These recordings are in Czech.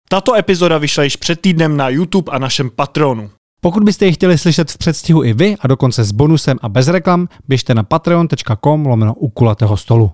Tato epizoda vyšla již před týdnem na YouTube a našem Patreonu. Pokud byste ji chtěli slyšet v předstihu i vy a dokonce s bonusem a bez reklam, běžte na patreon.com/ukulatého stolu.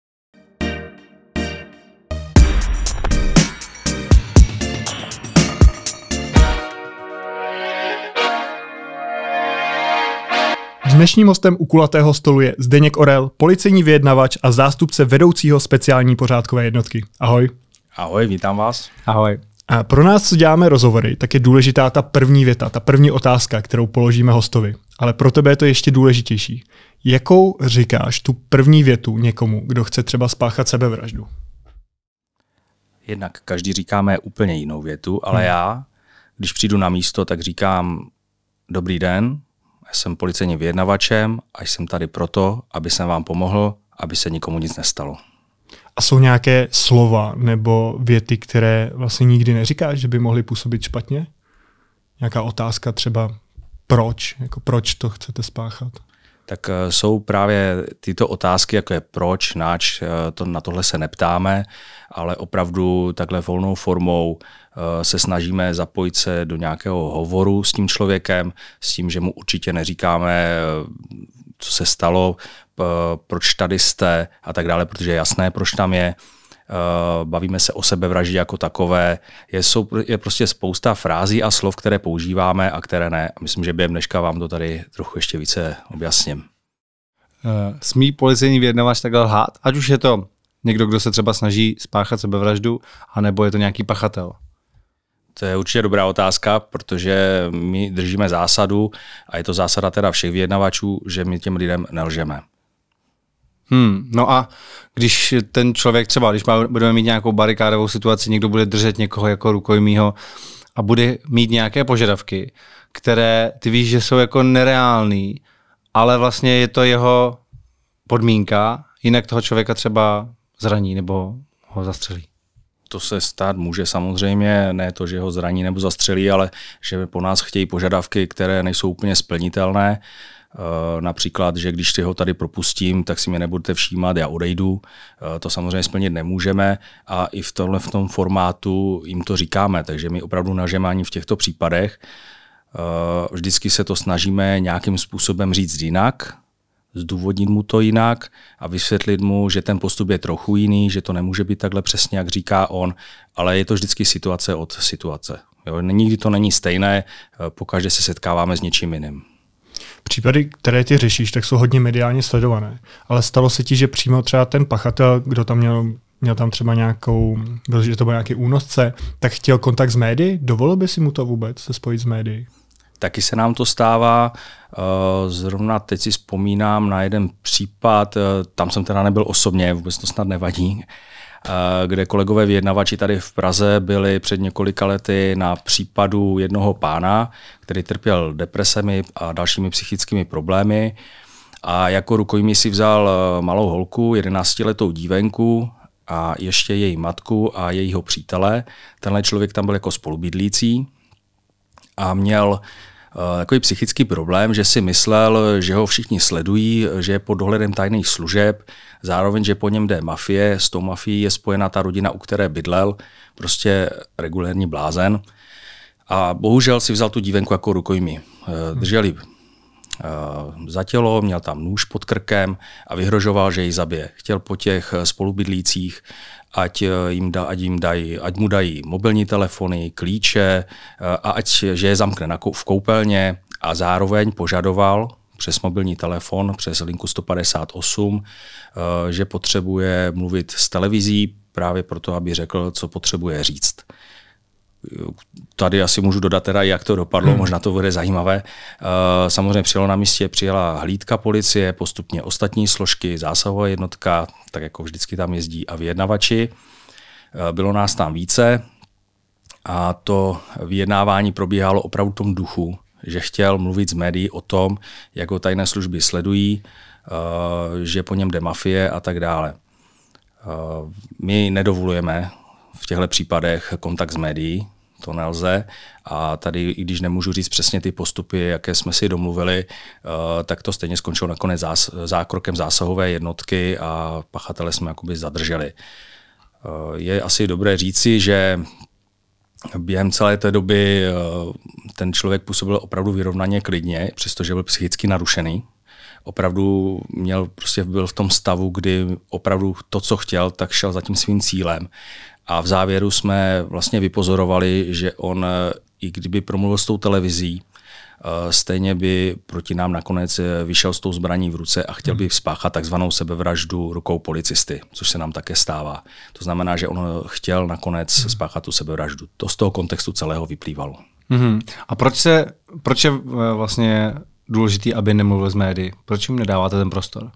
Dnešním hostem u kulatého stolu je Zdeněk Orel, policejní vyjednavač a zástupce vedoucího speciální pořádkové jednotky. Ahoj. Ahoj, vítám vás. Ahoj. A pro nás, co děláme rozhovory, tak je důležitá ta první věta, ta první otázka, kterou položíme hostovi. Ale pro tebe je to ještě důležitější. Jakou říkáš tu první větu někomu, kdo chce třeba spáchat sebevraždu? Jednak každý říkáme úplně jinou větu, ale já, když přijdu na místo, tak říkám dobrý den, já jsem policejním vyjednavačem a jsem tady proto, aby jsem vám pomohl, aby se nikomu nic nestalo. A jsou nějaké slova nebo věty, které vlastně nikdy neříkáš, že by mohly působit špatně? Nějaká otázka třeba proč? Jako proč to chcete spáchat? Tak jsou právě tyto otázky, jako je proč, nač, na tohle se neptáme, ale opravdu takhle volnou formou se snažíme zapojit se do nějakého hovoru s tím člověkem, s tím, že mu určitě neříkáme, co se stalo, proč tady jste a tak dále, protože je jasné, proč tam je. Bavíme se o sebevraždě jako takové. Je prostě spousta frází a slov, které používáme a které ne. A myslím, že během dneška vám to tady trochu ještě více objasním. Smí policejní vyjednavač takhle lhát? Ať už je to někdo, kdo se třeba snaží spáchat sebevraždu, anebo je to nějaký pachatel? To je určitě dobrá otázka, protože my držíme zásadu, a je to zásada teda všech vyjednavačů, že my těm lidem nelžeme. No a když ten člověk třeba, když budeme mít nějakou barikádovou situaci, někdo bude držet někoho jako rukojmího a bude mít nějaké požadavky, které ty víš, že jsou jako nereální, ale vlastně je to jeho podmínka, jinak toho člověka třeba zraní nebo ho zastřelí. To se stát může samozřejmě, ne to, že ho zraní nebo zastřelí, ale že po nás chtějí požadavky, které nejsou úplně splnitelné. Například, že když si ho tady propustím, tak si mě nebudete všímat, já odejdu. To samozřejmě splnit nemůžeme a i v tom formátu jim to říkáme, takže my opravdu nelžeme ani v těchto případech. Vždycky se to snažíme nějakým způsobem říct jinak, zdůvodnit mu to jinak a vysvětlit mu, že ten postup je trochu jiný, že to nemůže být takhle přesně, jak říká on, ale je to vždycky situace od situace. Jo? Nikdy to není stejné, pokaždě se setkáváme s něčím jiným. Případy, které ty řešíš, tak jsou hodně mediálně sledované, ale stalo se ti, že přímo třeba ten pachatel, kdo tam měl tam třeba že to byl nějaký únosce, tak chtěl kontakt s médií? Dovolil by si mu to vůbec se spojit s médií? Taky se nám to stává. Zrovna teď si vzpomínám na jeden případ, tam jsem teda nebyl osobně, vůbec to snad nevadí, kde kolegové vyjednavači tady v Praze byli před několika lety na případu jednoho pána, který trpěl depresemi a dalšími psychickými problémy a jako rukojmí si vzal malou holku, 11letou dívenku a ještě její matku a jejího přítele. Tenhle člověk tam byl jako spolubydlící a měl takový psychický problém, že si myslel, že ho všichni sledují, že je pod dohledem tajných služeb, zároveň, že po něm jde mafie, s tou mafií je spojena ta rodina, u které bydlel, prostě regulérní blázen. A bohužel si vzal tu dívenku jako rukojmí. Držel ji za tělo, měl tam nůž pod krkem a vyhrožoval, že ji zabije. Chtěl po těch spolubydlících, ať mu dají mobilní telefony, klíče a že je zamkne v koupelně a zároveň požadoval přes mobilní telefon, přes linku 158, že potřebuje mluvit s televizí právě proto, aby řekl, co potřebuje říct. Tady asi můžu dodat teda, jak to dopadlo, možná to bude zajímavé. Samozřejmě přijela hlídka policie, postupně ostatní složky, zásahová jednotka, tak jako vždycky tam jezdí a vyjednavači. Bylo nás tam více a to vyjednávání probíhalo opravdu v tom duchu, že chtěl mluvit s médií o tom, jak ho tajné služby sledují, že po něm jde mafie a tak dále. My nedovolujeme v těchto případech kontakt s médií, to nelze. A tady, i když nemůžu říct přesně ty postupy, jaké jsme si domluvili, tak to stejně skončilo nakonec zákrokem zásahové jednotky a pachatele jsme jakoby zadrželi. Je asi dobré říci, že Během celé té doby ten člověk působil opravdu vyrovnaně klidně, přestože byl psychicky narušený. Opravdu byl v tom stavu, kdy opravdu to, co chtěl, tak šel za tím svým cílem. A v závěru jsme vlastně vypozorovali, že on, i kdyby promluvil s tou televizí, stejně by proti nám nakonec vyšel s tou zbraní v ruce a chtěl by spáchat takzvanou sebevraždu rukou policisty, což se nám také stává. To znamená, že on chtěl nakonec spáchat tu sebevraždu. To z toho kontextu celého vyplývalo. A proč je vlastně důležitý, aby nemluvil z médií? Proč jim nedáváte ten prostor?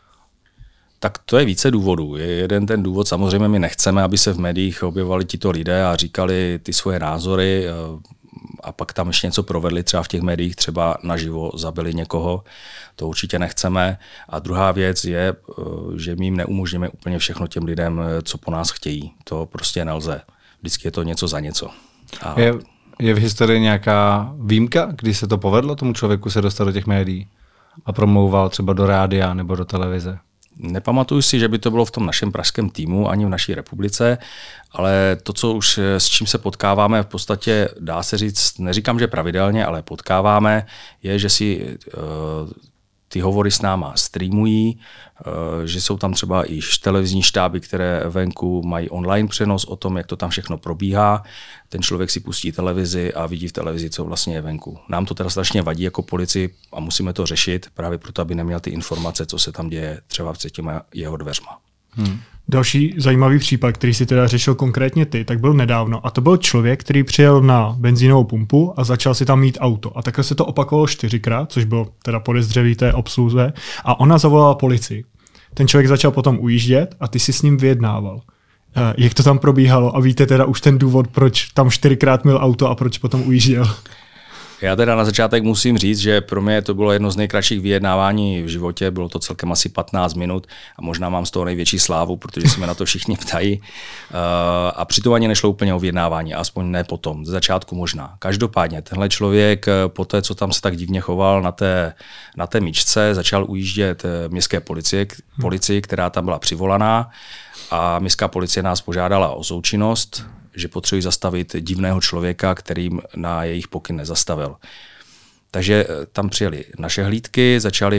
Tak to je více důvodů. Je jeden ten důvod, samozřejmě my nechceme, aby se v médiích objevovali tito lidé a říkali ty svoje názory a pak tam ještě něco provedli, třeba v těch médiích, třeba naživo zabili někoho. To určitě nechceme. A druhá věc je, že my jim neumožníme úplně všechno těm lidem, co po nás chtějí. To prostě nelze. Vždycky je to něco za něco. Je v historii nějaká výjimka, kdy se to povedlo tomu člověku se dostat do těch médií a promlouval třeba do rádia nebo do televize? Nepamatuju si, že by to bylo v tom našem pražském týmu ani v naší republice, ale to, co už s čím se potkáváme, v podstatě dá se říct, neříkám, že pravidelně, ale potkáváme, je, že si ty hovory s náma streamují, že jsou tam třeba i televizní štáby, které venku mají online přenos o tom, jak to tam všechno probíhá. Ten člověk si pustí televizi a vidí v televizi, co vlastně je venku. Nám to teda strašně vadí jako policii a musíme to řešit právě proto, aby neměl ty informace, co se tam děje třeba před těma jeho dveřma. Další zajímavý případ, který si teda řešil konkrétně ty, tak byl nedávno. A to byl člověk, který přijel na benzínovou pumpu a začal si tam mít auto. A takhle se to opakovalo 4krát, což bylo teda podezřelý té obsluze. A ona zavolala policii. Ten člověk začal potom ujíždět a ty si s ním vyjednával. Jak to tam probíhalo? A víte teda už ten důvod, proč tam 4krát měl auto a proč potom ujížděl? Já teda na začátek musím říct, že pro mě to bylo jedno z nejkratších vyjednávání v životě, bylo to celkem asi 15 minut a možná mám z toho největší slávu, protože se mě na to všichni ptají. A přitom ani nešlo úplně o vyjednávání, aspoň ne potom, z začátku možná. Každopádně tenhle člověk po té, co tam se tak divně choval na té myčce, začal ujíždět městské policii, která tam byla přivolaná a městská policie nás požádala o součinnost, že potřebují zastavit divného člověka, kterým na jejich pokyn nezastavil. Takže tam přijeli naše hlídky,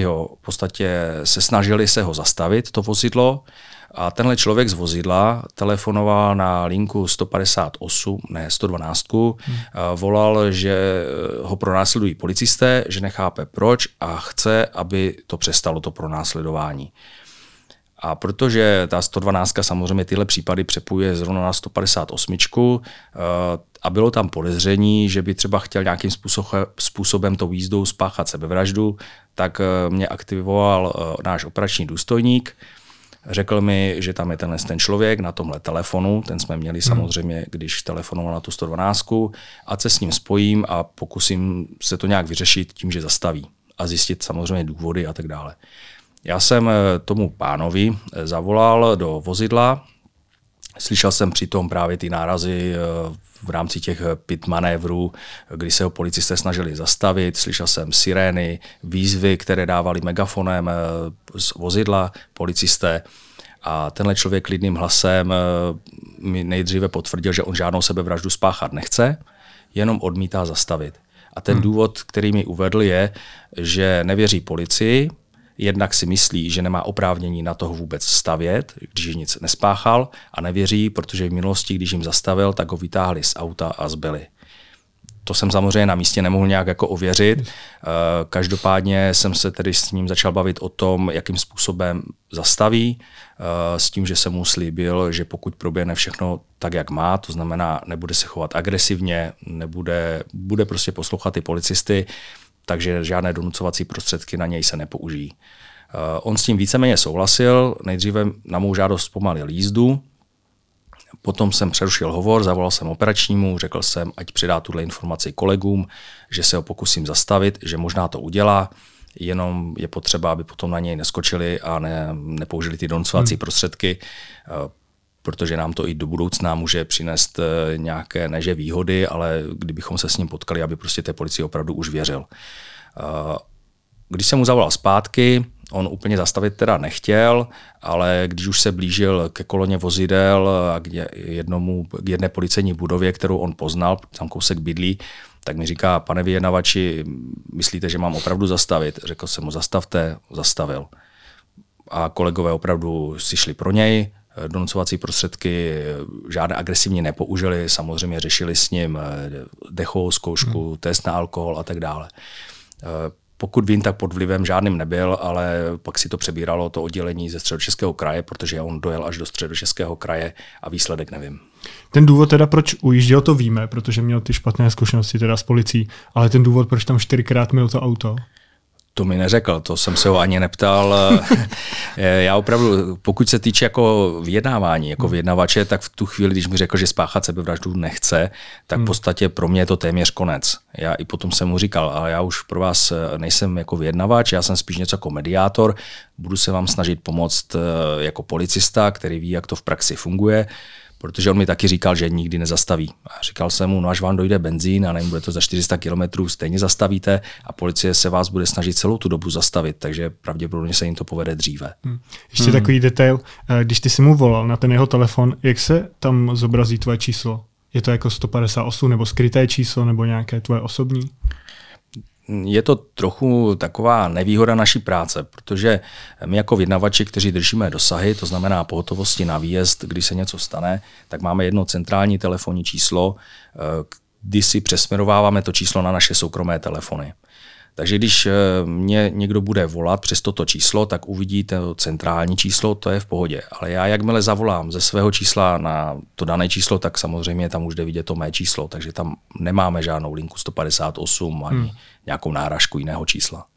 snažili se ho zastavit, to vozidlo, a tenhle člověk z vozidla telefonoval na linku 112, volal, že ho pronásledují policisté, že nechápe proč a chce, aby to přestalo, to pronásledování. A protože ta 112 samozřejmě tyhle případy přepojuje zrovna na 158 a bylo tam podezření, že by třeba chtěl nějakým způsobem tou jízdou spáchat sebevraždu, tak mě aktivoval náš operační důstojník. Řekl mi, že tam je ten člověk na tomhle telefonu, ten jsme měli samozřejmě, když telefonoval na tu 112, a se s ním spojím a pokusím se to nějak vyřešit tím, že zastaví a zjistit samozřejmě důvody a tak dále. Já jsem tomu pánovi zavolal do vozidla, slyšel jsem přitom právě ty nárazy v rámci těch pit manévrů, kdy se ho policisté snažili zastavit, slyšel jsem sirény, výzvy, které dávali megafonem z vozidla policisté, a tenhle člověk klidným hlasem mi nejdříve potvrdil, že on žádnou sebevraždu spáchat nechce, jenom odmítá zastavit. A ten důvod, který mi uvedl, je, že nevěří policii, jednak si myslí, že nemá oprávnění na toho vůbec stavět, když nic nespáchal, a nevěří, protože v minulosti, když jim zastavil, tak ho vytáhli z auta a zbyli. To jsem samozřejmě na místě nemohl nějak jako ověřit. Každopádně jsem se tedy s ním začal bavit o tom, jakým způsobem zastaví, s tím, že jsem mu slíbil, že pokud proběhne všechno tak, jak má, to znamená, nebude se chovat agresivně, bude prostě poslouchat ty policisty, takže žádné donucovací prostředky na něj se nepoužijí. On s tím víceméně souhlasil, nejdříve na mou žádost zpomalil jízdu, potom jsem přerušil hovor, zavolal jsem operačnímu, řekl jsem, ať přidá tuhle informaci kolegům, že se ho pokusím zastavit, že možná to udělá, jenom je potřeba, aby potom na něj neskočili a nepoužili ty donucovací prostředky, protože nám to i do budoucna může přinést nějaké neže výhody, ale kdybychom se s ním potkali, aby prostě té policii opravdu už věřil. Když jsem mu zavolal zpátky, On úplně zastavit teda nechtěl, ale když už se blížil ke koloně vozidel a k jedné policejní budově, kterou on poznal, tam kousek bydlí, tak mi říká, pane vyjednavači, myslíte, že mám opravdu zastavit? Řekl jsem mu, zastavte, zastavil. A kolegové opravdu si šli pro něj, donucovací prostředky žádné agresivně nepoužili, samozřejmě řešili s ním dechovou zkoušku, test na alkohol a tak dále. Pokud vím, tak pod vlivem žádným nebyl, ale pak si to přebíralo to oddělení ze Středočeského kraje, protože on dojel až do Středočeského kraje a výsledek nevím. Ten důvod teda, proč ujížděl, to víme, protože měl ty špatné zkušenosti teda s policií, ale ten důvod, proč tam 4krát měl to auto? To mi neřekl, to jsem se ho ani neptal. Já opravdu, pokud se týče jako vyjednávání, jako vyjednavače, tak v tu chvíli, když mi řekl, že spáchat sebevraždu nechce, tak v podstatě pro mě je to téměř konec. Já i potom jsem mu říkal, ale já už pro vás nejsem jako vyjednavač, já jsem spíš něco jako mediátor, budu se vám snažit pomoct jako policista, který ví, jak to v praxi funguje, protože on mi taky říkal, že nikdy nezastaví. A říkal jsem mu, no až vám dojde benzín a nevím, bude to za 400 kilometrů, stejně zastavíte a policie se vás bude snažit celou tu dobu zastavit, takže pravděpodobně se jim to povede dříve. Ještě takový detail, když ty si mu volal na ten jeho telefon, jak se tam zobrazí tvoje číslo? Je to jako 158 nebo skryté číslo nebo nějaké tvoje osobní? Je to trochu taková nevýhoda naší práce, protože my jako vyjednavači, kteří držíme dosahy, to znamená pohotovosti na výjezd, když se něco stane, tak máme jedno centrální telefonní číslo, kdy si přesměrováváme to číslo na naše soukromé telefony. Takže když mě někdo bude volat přes toto číslo, tak uvidí to centrální číslo, to je v pohodě. Ale já jakmile zavolám ze svého čísla na to dané číslo, tak samozřejmě tam už jde vidět to mé číslo, takže tam nemáme žádnou linku 158 ani nějakou náražku jiného čísla.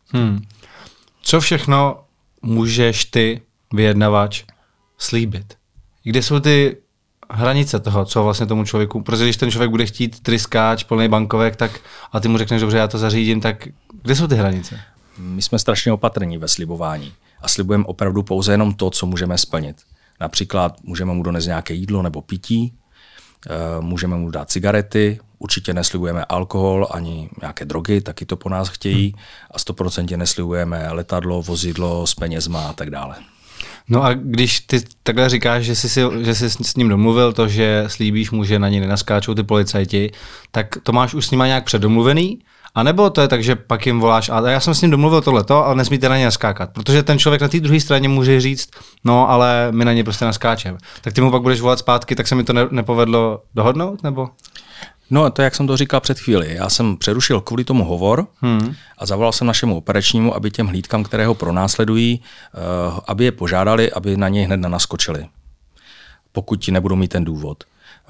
Co všechno můžeš ty, vyjednavač, slíbit? Kde jsou ty hranice toho, co vlastně tomu člověku, protože když ten člověk bude chtít tryskáč, plný bankovek, tak a ty mu řekneš, dobře, já to zařídím, tak kde jsou ty hranice? My jsme strašně opatrní ve slibování a slibujeme opravdu pouze jenom to, co můžeme splnit. Například můžeme mu donést nějaké jídlo nebo pití, můžeme mu dát cigarety, určitě neslibujeme alkohol ani nějaké drogy, taky to po nás chtějí a 100% neslibujeme letadlo, vozidlo s penězma a tak dále. No a když ty takhle říkáš, že jsi s ním domluvil to, že slíbíš mu, že na něj nenaskáčou ty policajti, tak to máš už s nima nějak předomluvený? A nebo to je tak, že pak jim voláš, a já jsem s ním domluvil tohleto, ale nesmíte na ně naskákat. Protože ten člověk na té druhé straně může říct, no ale my na ně prostě naskáčeme. Tak ty mu pak budeš volat zpátky, tak se mi to nepovedlo dohodnout, nebo? No to, jak jsem to říkal před chvíli. Já jsem přerušil kvůli tomu hovor a zavolal jsem našemu operačnímu, aby těm hlídkám, které ho pronásledují, aby je požádali, aby na něj hned naskočili, pokud nebudou mít ten důvod.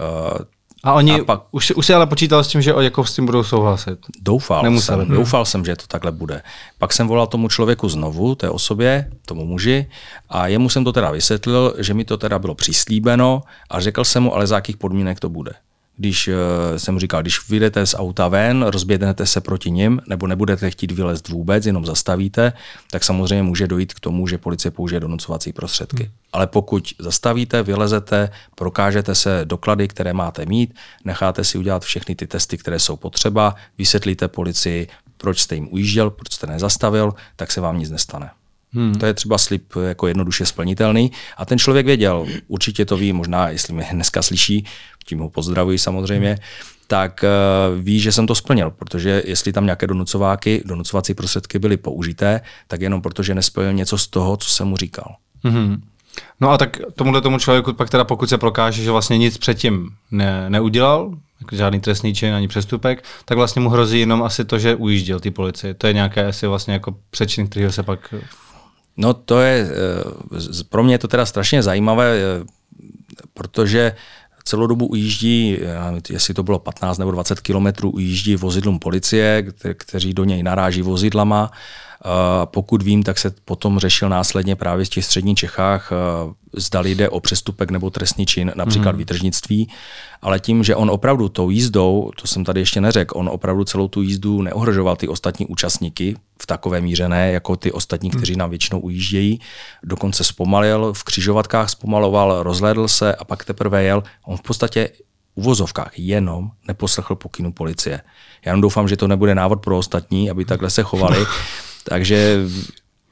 A oni pak, už si ale počítal s tím, že jako s tím budou souhlasit? Doufal jsem, že to takhle bude. Pak jsem volal tomu člověku znovu, té osobě, tomu muži, a jemu jsem to teda vysvětlil, že mi to teda bylo přislíbeno a řekl jsem mu, ale za jakých podmínek to bude. Když jsem říkal, když vyjdete z auta ven, rozběhnete se proti nim, nebo nebudete chtít vylézt vůbec, jenom zastavíte, tak samozřejmě může dojít k tomu, že policie použije donucovací prostředky. Ale pokud zastavíte, vylezete, prokážete se doklady, které máte mít, necháte si udělat všechny ty testy, které jsou potřeba, vysvětlíte policii, proč jste jim ujížděl, proč jste nezastavil, tak se vám nic nestane. To je třeba slib jako jednoduše splnitelný a ten člověk věděl, určitě to ví, možná jestli mě dneska slyší, tím ho pozdravuji samozřejmě, tak ví, že jsem to splnil, protože jestli tam nějaké donucovací prostředky byly použité, tak jenom protože nesplnil něco z toho, co jsem mu říkal. No a tak tomu člověku pak teda pokud se prokáže, že vlastně nic předtím neudělal, žádný trestný čin ani přestupek, tak vlastně mu hrozí jenom asi to, že ujížděl ty policie. To je nějaké asi vlastně jako přečin, kterýho se pak... No to je, pro mě je to teda strašně zajímavé, protože celou dobu ujíždí, jestli to bylo 15 nebo 20 kilometrů, ujíždí vozidlům policie, kteří do něj naráží vozidlama. Pokud vím, tak se potom řešil následně právě v těch středních Čechách, zdali jde o přestupek nebo trestný čin, například výtržnictví, ale tím, že on opravdu tou jízdou, to jsem tady ještě neřekl, on opravdu celou tu jízdu neohrožoval ty ostatní účastníky v takové míře ne, jako ty ostatní, kteří nám většinou ujíždějí, dokonce zpomalil, v křižovatkách zpomaloval, rozhlédl se a pak teprve jel. On v podstatě v uvozovkách jenom neposlechl pokynu policie. Já jenom doufám, že to nebude návod pro ostatní, aby takhle se chovali. Takže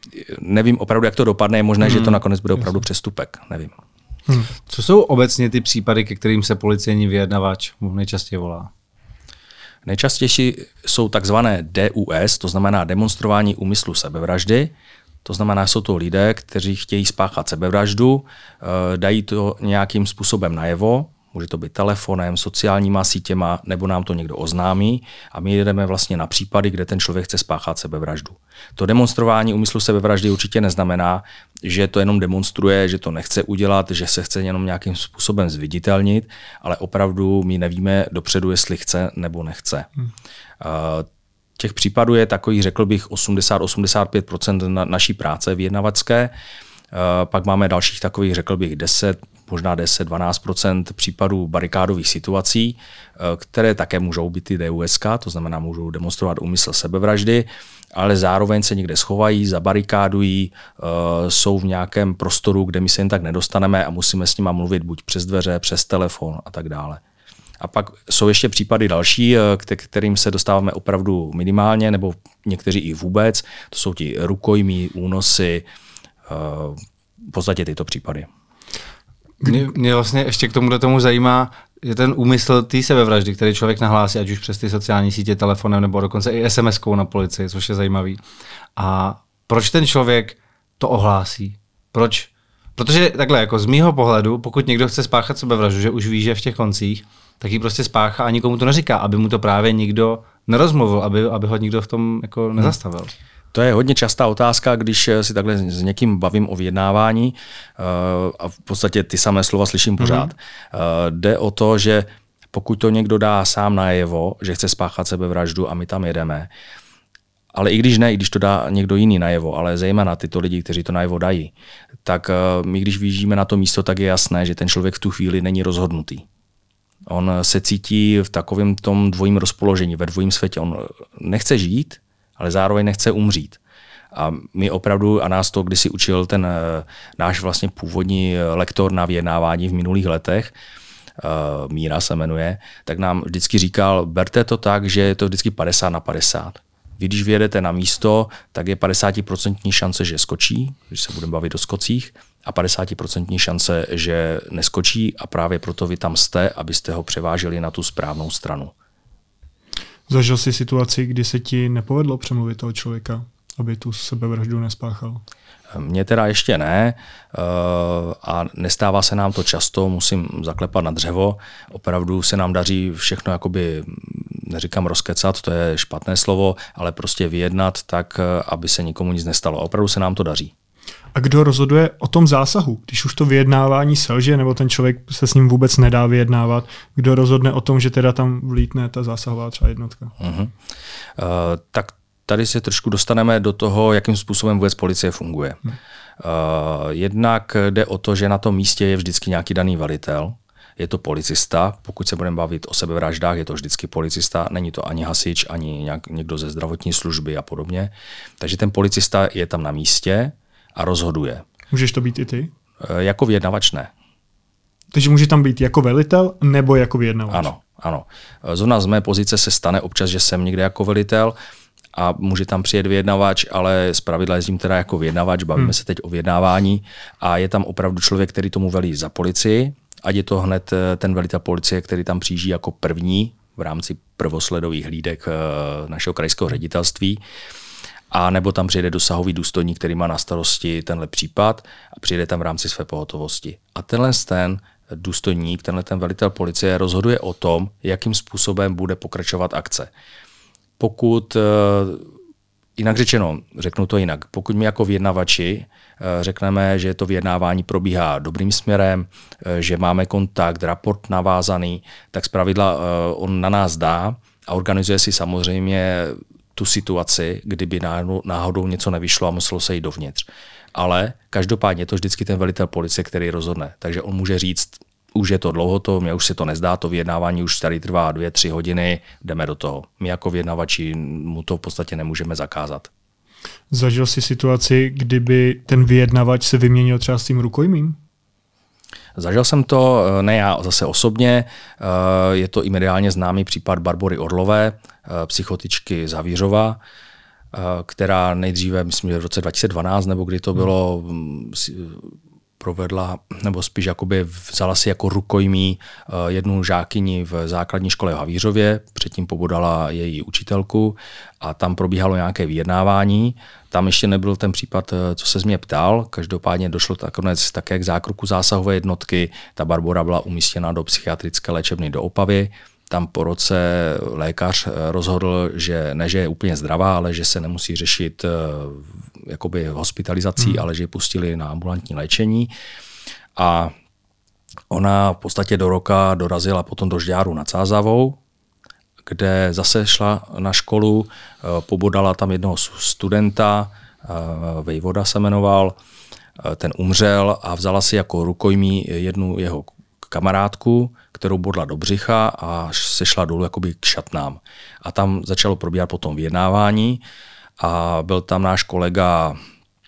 nevím opravdu, jak to dopadne, je možné, že to nakonec bude opravdu přestupek, nevím. Co jsou obecně ty případy, ke kterým se policejní vyjednavač nejčastěji volá? Nejčastější jsou takzvané DUS, to znamená demonstrování úmyslu sebevraždy. To znamená, jsou to lidé, kteří chtějí spáchat sebevraždu, dají to nějakým způsobem najevo, může to být telefonem, sociálníma sítěma, nebo nám to někdo oznámí a my jdeme vlastně na případy, kde ten člověk chce spáchat sebevraždu. To demonstrování úmyslu sebevraždy určitě neznamená, že to jenom demonstruje, že to nechce udělat, že se chce jenom nějakým způsobem zviditelnit, ale opravdu my nevíme dopředu, jestli chce nebo nechce. Těch případů je takových, řekl bych, 80-85% naší práce vyjednavačské. Pak máme dalších takových, řekl bych, 10-12% případů barikádových situací, které také můžou být i DUSK, to znamená, můžou demonstrovat úmysl sebevraždy, ale zároveň se někde schovají, zabarikádují, jsou v nějakém prostoru, kde my se jen tak nedostaneme a musíme s nima mluvit buď přes dveře, přes telefon a tak dále. A pak jsou ještě případy další, kterým se dostáváme opravdu minimálně, nebo někteří i vůbec. To jsou ti rukojmí, únosy, v podstatě tyto případy. Mě vlastně ještě k tomu zajímá, je ten úmysl té sebevraždy, který člověk nahlásí, ať už přes ty sociální sítě, telefonem, nebo dokonce i SMS-kou na policii, což je zajímavý. A proč ten člověk to ohlásí? Proč? Protože takhle, jako z mýho pohledu, pokud někdo chce spáchat sebevraždu, že už ví, že v těch koncích, tak ji prostě spáchá a nikomu to neříká, aby mu to právě nikdo nerozmluvil, aby ho nikdo v tom jako nezastavil. To je hodně častá otázka, když si takhle s někým bavím o vyjednávání a v podstatě ty samé slova slyším pořád. Jde o to, že pokud to někdo dá sám najevo, že chce spáchat sebevraždu a my tam jedeme, ale i když to dá někdo jiný najevo, ale zejména tyto lidi, kteří to najevo dají, tak my když vyjíždíme na to místo, tak je jasné, že ten člověk v tu chvíli není rozhodnutý. On se cítí v takovém tom dvojím rozpoložení, ve dvojím světě. On nechce žít, ale zároveň nechce umřít. A my opravdu, a nás to kdysi učil ten náš vlastně původní lektor na vyjednávání v minulých letech, Míra se jmenuje, tak nám vždycky říkal, berte to tak, že je to vždycky 50/50. Vy, když vyjedete na místo, tak je 50% šance, že skočí, když se budeme bavit o skocích, a 50% šance, že neskočí a právě proto vy tam jste, abyste ho převáželi na tu správnou stranu. Zažil jsi situaci, kdy se ti nepovedlo přemluvit toho člověka, aby tu sebevraždu nespáchal? Mně teda ještě ne a nestává se nám to často, musím zaklepat na dřevo. Opravdu se nám daří všechno, jakoby, neříkám rozkecat, to je špatné slovo, ale prostě vyjednat tak, aby se nikomu nic nestalo. A opravdu se nám to daří. A kdo rozhoduje o tom zásahu? Když už to vyjednávání selže, nebo ten člověk se s ním vůbec nedá vyjednávat, kdo rozhodne o tom, že teda tam vlítne ta zásahová třeba jednotka? Tak tady se trošku dostaneme do toho, jakým způsobem vůbec policie funguje. Jednak jde o to, že na tom místě je vždycky nějaký daný velitel. Je to policista, pokud se budeme bavit o sebevraždách, je to vždycky policista, není to ani hasič, ani někdo ze zdravotní služby a podobně. Takže ten policista je tam na místě a rozhoduje. Můžeš to být i ty? Jako vyjednavač ne. Takže může tam být jako velitel nebo jako vyjednavač? Ano. Zrovna z mé pozice se stane občas, že jsem někde jako velitel a může tam přijet vyjednavač, ale zpravidla jezdím teda jako vyjednavač, bavíme se teď o vyjednávání a je tam opravdu člověk, který tomu velí za policii, ať je to hned ten velitel policie, který tam přijíždí jako první v rámci prvosledových hlídek našeho krajského ředitelství, a nebo tam přijde dosahový důstojník, který má na starosti tenhle případ a přijde tam v rámci své pohotovosti. A ten důstojník, ten velitel policie rozhoduje o tom, jakým způsobem bude pokračovat akce. Pokud, jinak řečeno, řeknu to jinak, pokud my jako vyjednavači řekneme, že to vyjednávání probíhá dobrým směrem, že máme kontakt, raport navázaný, tak zpravidla on na nás dá a organizuje si samozřejmě tu situaci, kdyby náhodou něco nevyšlo a muselo se jít dovnitř. Ale každopádně je to vždycky ten velitel policie, který rozhodne. Takže on může říct, už je to dlouho, mně už se to nezdá, to vyjednávání už tady trvá 2-3 hodiny, jdeme do toho. My jako vyjednavači mu to v podstatě nemůžeme zakázat. Zažil jsi situaci, kdyby ten vyjednavač se vyměnil třeba s tím rukojmím? Zažil jsem to, ne já zase osobně, je to i mediálně známý případ Barbory Orlové, psychotičky z Havířova. která nejdříve, myslím, že v roce 2012, nebo kdy to bylo, provedla, nebo spíš jakoby vzala si jako rukojmí jednu žákyni v základní škole v Havířově, předtím pobodala její učitelku a tam probíhalo nějaké vyjednávání. Tam ještě nebyl ten případ, co se mě ptal, každopádně došlo nakonec také k zákroku zásahové jednotky. Ta Barbora byla umístěna do psychiatrické léčebny do Opavy. Tam po roce lékař rozhodl, že ne, že je úplně zdravá, ale že se nemusí řešit jakoby hospitalizací, ale že ji pustili na ambulantní léčení. A ona v podstatě do roka dorazila potom do Žďáru nad Sázavou, kde zase šla na školu, pobodala tam jednoho studenta, Vejvoda se jmenoval, ten umřel a vzala si jako rukojmí jednu jeho kamarádku, kterou bodla do břicha a se šla dolů jakoby k šatnám. A tam začalo probíhat potom vyjednávání a byl tam náš kolega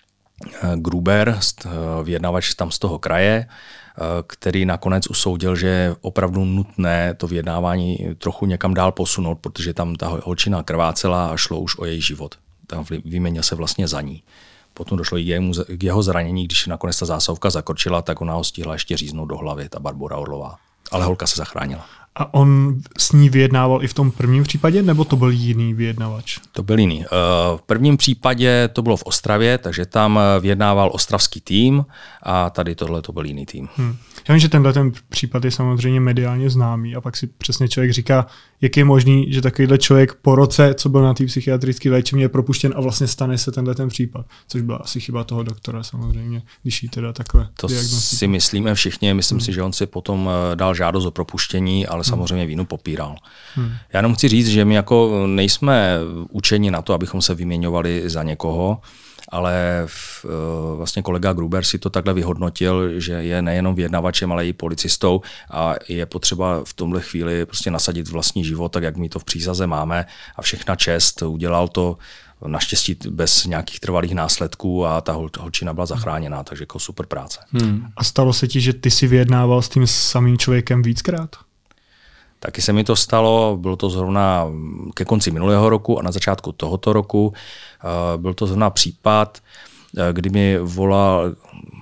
Gruber, vyjednavač tam z toho kraje, který nakonec usoudil, že je opravdu nutné to vyjednávání trochu někam dál posunout, protože tam ta holčina krvácela a šlo už o její život. Tam vyměnil se vlastně za ní. Potom došlo i k jeho zranění, když nakonec ta zásahovka zakročila, tak ona ho stihla ještě říznout do hlavy, ta Barbora Orlová. Ale holka se zachránila. A on s ní vyjednával i v tom prvním případě, nebo to byl jiný vyjednavač? To byl jiný. V prvním případě to bylo v Ostravě, takže tam vyjednával ostravský tým a tady tohle to byl jiný tým. Já vím, že tenhle ten případ je samozřejmě mediálně známý a pak si přesně člověk říká, jak je možný, že takovýhle člověk po roce, co byl na té psychiatrické léčebně, je propuštěn a vlastně stane se tenhle ten případ. Což byla asi chyba toho doktora samozřejmě, když jí teda takhle to si myslíme všichni, myslím si, že on si potom dal žádost o propuštění, ale samozřejmě vínu popíral. Já jenom chci říct, že my jako nejsme učeni na to, abychom se vyměňovali za někoho, ale vlastně kolega Gruber si to takhle vyhodnotil, že je nejenom vyjednavačem, ale i policistou a je potřeba v tomhle chvíli prostě nasadit vlastní život, tak jak my to v přísaze máme a všechna čest, udělal to naštěstí bez nějakých trvalých následků a ta holčina byla zachráněná, takže jako super práce. A stalo se ti, že ty si vyjednával s tím samým člověkem víckrát? Taky se mi to stalo, bylo to zrovna ke konci minulého roku a na začátku tohoto roku. Byl to zrovna případ, kdy mi volal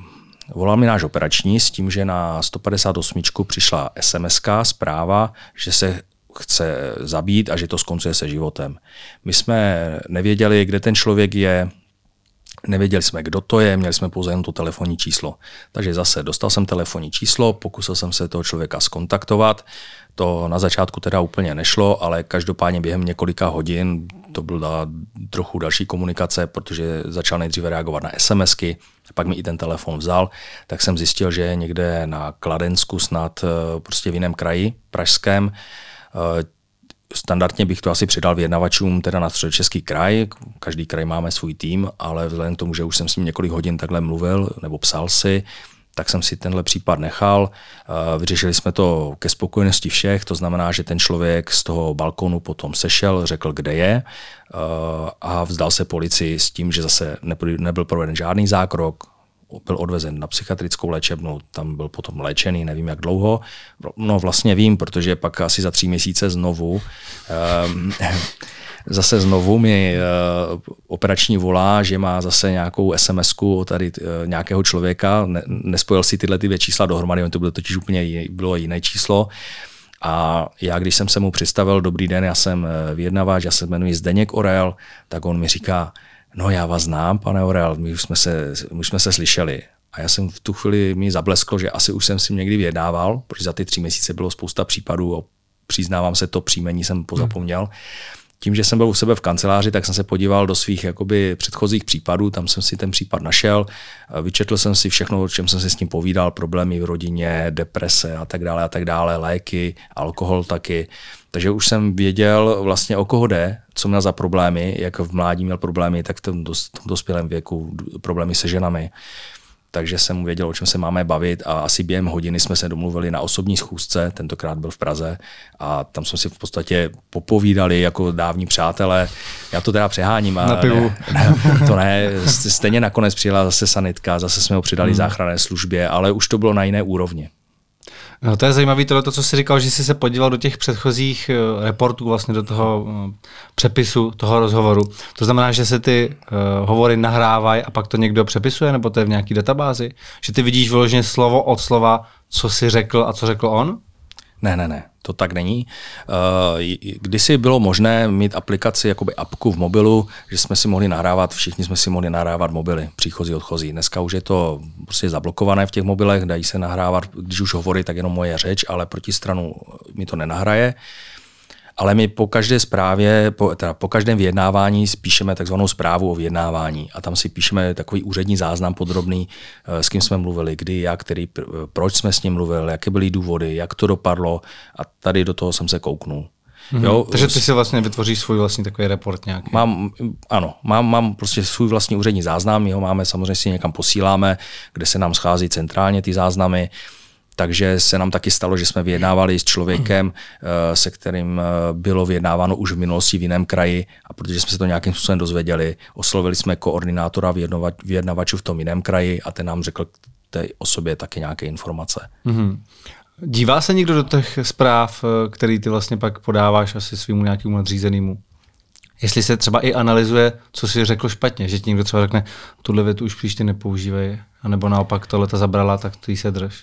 mi náš operační s tím, že na 158 přišla SMS-ka, zpráva, že se chce zabít a že to skoncuje se životem. My jsme nevěděli, kde ten člověk je, nevěděli jsme, kdo to je, měli jsme pouze jen to telefonní číslo. Takže zase dostal jsem telefonní číslo, pokusil jsem se toho člověka skontaktovat. To na začátku teda úplně nešlo, ale každopádně během několika hodin to byla trochu další komunikace, protože začal nejdříve reagovat na SMSky, pak mi i ten telefon vzal, tak jsem zjistil, že je někde na Kladensku, snad prostě v jiném kraji, pražském. Standardně bych to asi přidal vyjednavačům teda na Středočeský kraj, každý kraj máme svůj tým, ale vzhledem k tomu, že už jsem s ním několik hodin takhle mluvil nebo psal si, tak jsem si tenhle případ nechal. Vyřešili jsme to ke spokojenosti všech, to znamená, že ten člověk z toho balkonu potom sešel, řekl, kde je a vzdal se policii s tím, že zase nebyl proveden žádný zákrok, byl odvezen na psychiatrickou léčebnu, tam byl potom léčený, nevím jak dlouho. No vlastně vím, protože pak asi za 3 měsíce znovu mi operační volá, že má zase nějakou SMS-ku tady nějakého člověka, nespojil si tyhle dvě čísla dohromady, to bylo totiž úplně bylo jiné číslo. A já, když jsem se mu představil, dobrý den, já jsem vyjednavač, já se jmenuji Zdeněk Orel, tak on mi říká, no já vás znám, pane Orel, my už jsme se slyšeli. A já jsem v tu chvíli mi zablesklo, že asi už jsem si někdy vyjednával, protože za ty 3 měsíce bylo spousta případů, přiznávám se, to příjmení jsem pozapomněl. Tím, že jsem byl u sebe v kanceláři, tak jsem se podíval do svých jakoby předchozích případů, tam jsem si ten případ našel, vyčetl jsem si všechno, o čem jsem si s ním povídal, problémy v rodině, deprese a tak dále, léky, alkohol taky. Takže už jsem věděl vlastně o koho jde, co měl za problémy, jak v mládí měl problémy, tak v tom dospělém věku problémy se ženami. Takže jsem věděl, o čem se máme bavit a asi během hodiny jsme se domluvili na osobní schůzce, tentokrát byl v Praze a tam jsme si v podstatě popovídali jako dávní přátelé. Já to teda přeháním. Na pivu. To ne, stejně nakonec přijela zase sanitka, zase jsme ho přidali záchranné službě, ale už to bylo na jiné úrovni. No, to je zajímavé tohle, co jsi říkal, že jsi se podíval do těch předchozích reportů, vlastně do toho přepisu toho rozhovoru. To znamená, že se ty hovory nahrávají a pak to někdo přepisuje, nebo to je v nějaký databázi? Že ty vidíš vyloženě slovo od slova, co jsi řekl a co řekl on? Ne, to tak není. Kdysi bylo možné mít aplikaci, jakoby apku v mobilu, že jsme si mohli nahrávat, všichni jsme si mohli nahrávat mobily, příchozí, odchozí. Dneska už je to prostě zablokované v těch mobilech, dají se nahrávat, když už hovorí, tak jenom moje řeč, ale proti stranu mi to nenahraje. Ale my po každé zprávě, po každém vyjednávání píšeme takzvanou zprávu o vyjednávání a tam si píšeme takový úřední záznam podrobný, s kým jsme mluvili, kdy, jak, proč jsme s ním mluvili, jaké byly důvody, jak to dopadlo a tady do toho jsem se kouknul. Jo, takže ty si vlastně vytvoříš svůj vlastní takový report nějaký. Mám prostě svůj vlastní úřední záznam, my ho máme, samozřejmě si někam posíláme, kde se nám schází centrálně ty záznamy. Takže se nám taky stalo, že jsme vyjednávali s člověkem, se kterým bylo vyjednáváno už v minulosti v jiném kraji a protože jsme se to nějakým způsobem dozvěděli, oslovili jsme koordinátora vyjednavačů v tom jiném kraji a ten nám řekl k té osobě taky nějaké informace. Mm-hmm. Dívá se někdo do těch zpráv, který ty vlastně pak podáváš asi svýmu nějakému nadřízenému? Jestli se třeba i analyzuje, co si řekl špatně, že ti někdo třeba řekne, tuhle větu už příště nepoužívej, anebo naopak tohle ta zabrala, tak ty se drž.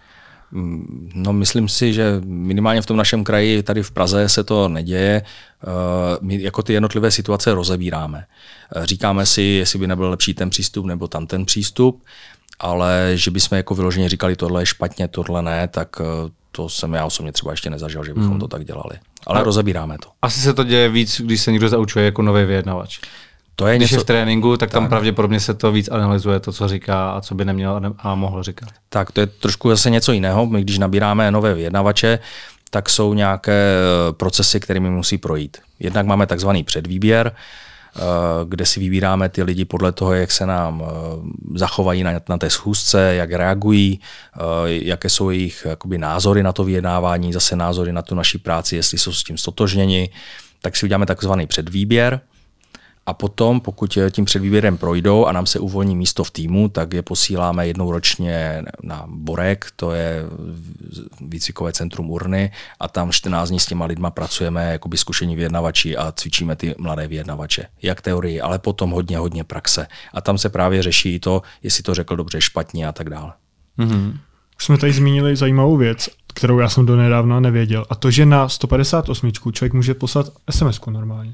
No, myslím si, že minimálně v tom našem kraji, tady v Praze se to neděje. My jako ty jednotlivé situace rozebíráme. Říkáme si, jestli by nebyl lepší ten přístup nebo tam ten přístup, ale že bychom jako vyloženě říkali, tohle je špatně, tohle ne, tak to jsem já osobně třeba ještě nezažil, že bychom to tak dělali. Ale rozebíráme to. Asi se to děje víc, když se někdo zaučuje jako nový vyjednavač. Když je v tréninku, tak tam pravděpodobně se to víc analyzuje, to, co říká a co by neměl a mohl říkat. Tak, to je trošku zase něco jiného. My, když nabíráme nové vyjednavače, tak jsou nějaké procesy, kterými musí projít. Jednak máme takzvaný předvýběr, kde si vybíráme ty lidi podle toho, jak se nám zachovají na té schůzce, jak reagují, jaké jsou jejich jakoby názory na to vyjednávání, zase názory na tu naši práci, jestli jsou s tím stotožněni, tak si uděláme takzvaný předvýběr. A potom, pokud tím předvýběrem projdou a nám se uvolní místo v týmu, tak je posíláme jednou ročně na Borek, to je výcvikové centrum Urny, a tam 14 dní s těma lidma pracujeme jakoby zkušení vyjednavači a cvičíme ty mladé vyjednavače. Jak teorii, ale potom hodně praxe. A tam se právě řeší to, jestli to řekl dobře, špatně a tak dále. Mm-hmm. Už jsme tady zmínili zajímavou věc, kterou já jsem donedávna nevěděl, a to, že na 158 člověk může poslat SMS-ku normálně.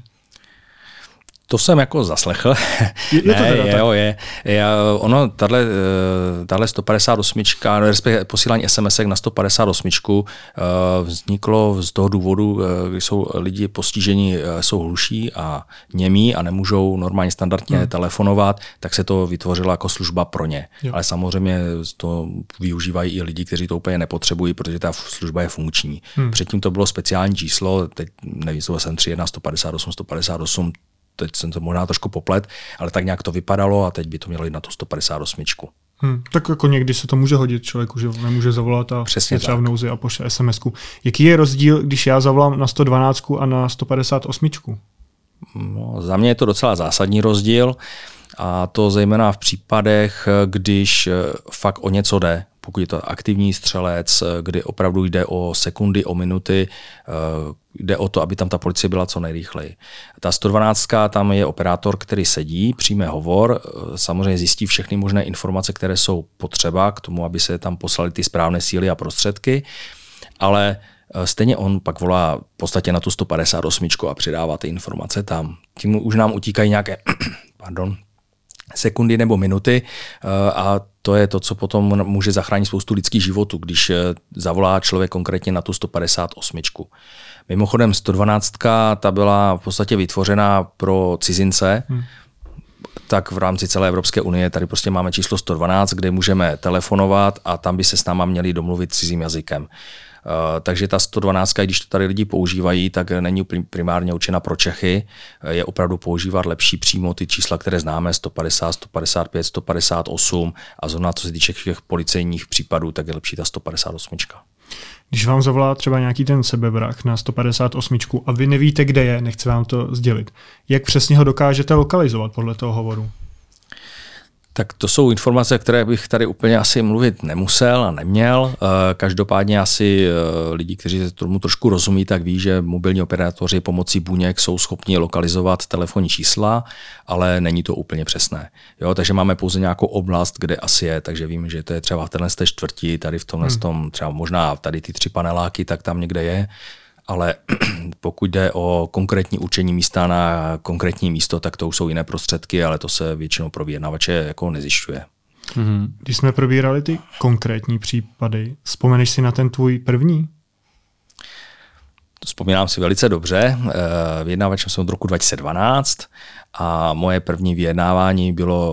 To jsem jako zaslechl. Ono, tahle 158, respektive posílání SMSek na 158 vzniklo z toho důvodu, kdy jsou lidi postižení, jsou hluší a němí a nemůžou normálně standardně telefonovat, tak se to vytvořilo jako služba pro ně. Jo. Ale samozřejmě to využívají i lidi, kteří to úplně nepotřebují, protože ta služba je funkční. Předtím to bylo speciální číslo, teď nevím, jsem 31 158, teď jsem to možná trošku poplet, ale tak nějak to vypadalo a teď by to mělo jít na tu 158. Tak jako někdy se to může hodit člověku, že nemůže zavolat a je třeba v nouzi a pošle SMS-ku. Jaký je rozdíl, když já zavolám na 112 a na 158? No, za mě je to docela zásadní rozdíl a to zejména v případech, když fakt o něco jde. Pokud je to aktivní střelec, kdy opravdu jde o sekundy, o minuty, jde o to, aby tam ta policie byla co nejrychleji. Ta 112, tam je operátor, který sedí, přijme hovor, samozřejmě zjistí všechny možné informace, které jsou potřeba k tomu, aby se tam poslali ty správné síly a prostředky, ale stejně on pak volá v podstatě na tu 158 a přidává ty informace tam. Tím už nám utíkají nějaké sekundy nebo minuty a to je to, co potom může zachránit spoustu lidských životů, když zavolá člověk konkrétně na tu 158. Mimochodem 112 ta byla v podstatě vytvořena pro cizince, tak v rámci celé Evropské unie tady prostě máme číslo 112, kde můžeme telefonovat a tam by se s náma měli domluvit cizím jazykem. Takže ta 112, když to tady lidi používají, tak není primárně určena pro Čechy. Je opravdu používat lepší přímo ty čísla, které známe, 150, 155, 158 a zrovna co se týče těch policejních případů, tak je lepší ta 158. Když vám zavolá třeba nějaký ten sebevrah na 158 a vy nevíte, kde je, nechci vám to sdělit, jak přesně ho dokážete lokalizovat podle toho hovoru? Tak to jsou informace, které bych tady úplně asi mluvit nemusel a neměl. Každopádně asi lidi, kteří tomu trošku rozumí, tak ví, že mobilní operátoři pomocí buněk jsou schopni lokalizovat telefonní čísla, ale není to úplně přesné. Jo, takže máme pouze nějakou oblast, kde asi je, takže vím, že to je třeba v téhle čtvrti, tady v tomhle tom, třeba možná tady ty 3 paneláky, tak tam někde je. Ale pokud jde o konkrétní určení místa na konkrétní místo, tak to už jsou jiné prostředky, ale to se většinou pro vyjednavače jako nezjišťuje. Když jsme probírali ty konkrétní případy, vzpomeneš si na ten tvůj první? Vzpomínám si velice dobře. Vyjednávačem jsem od roku 2012 a moje první vyjednávání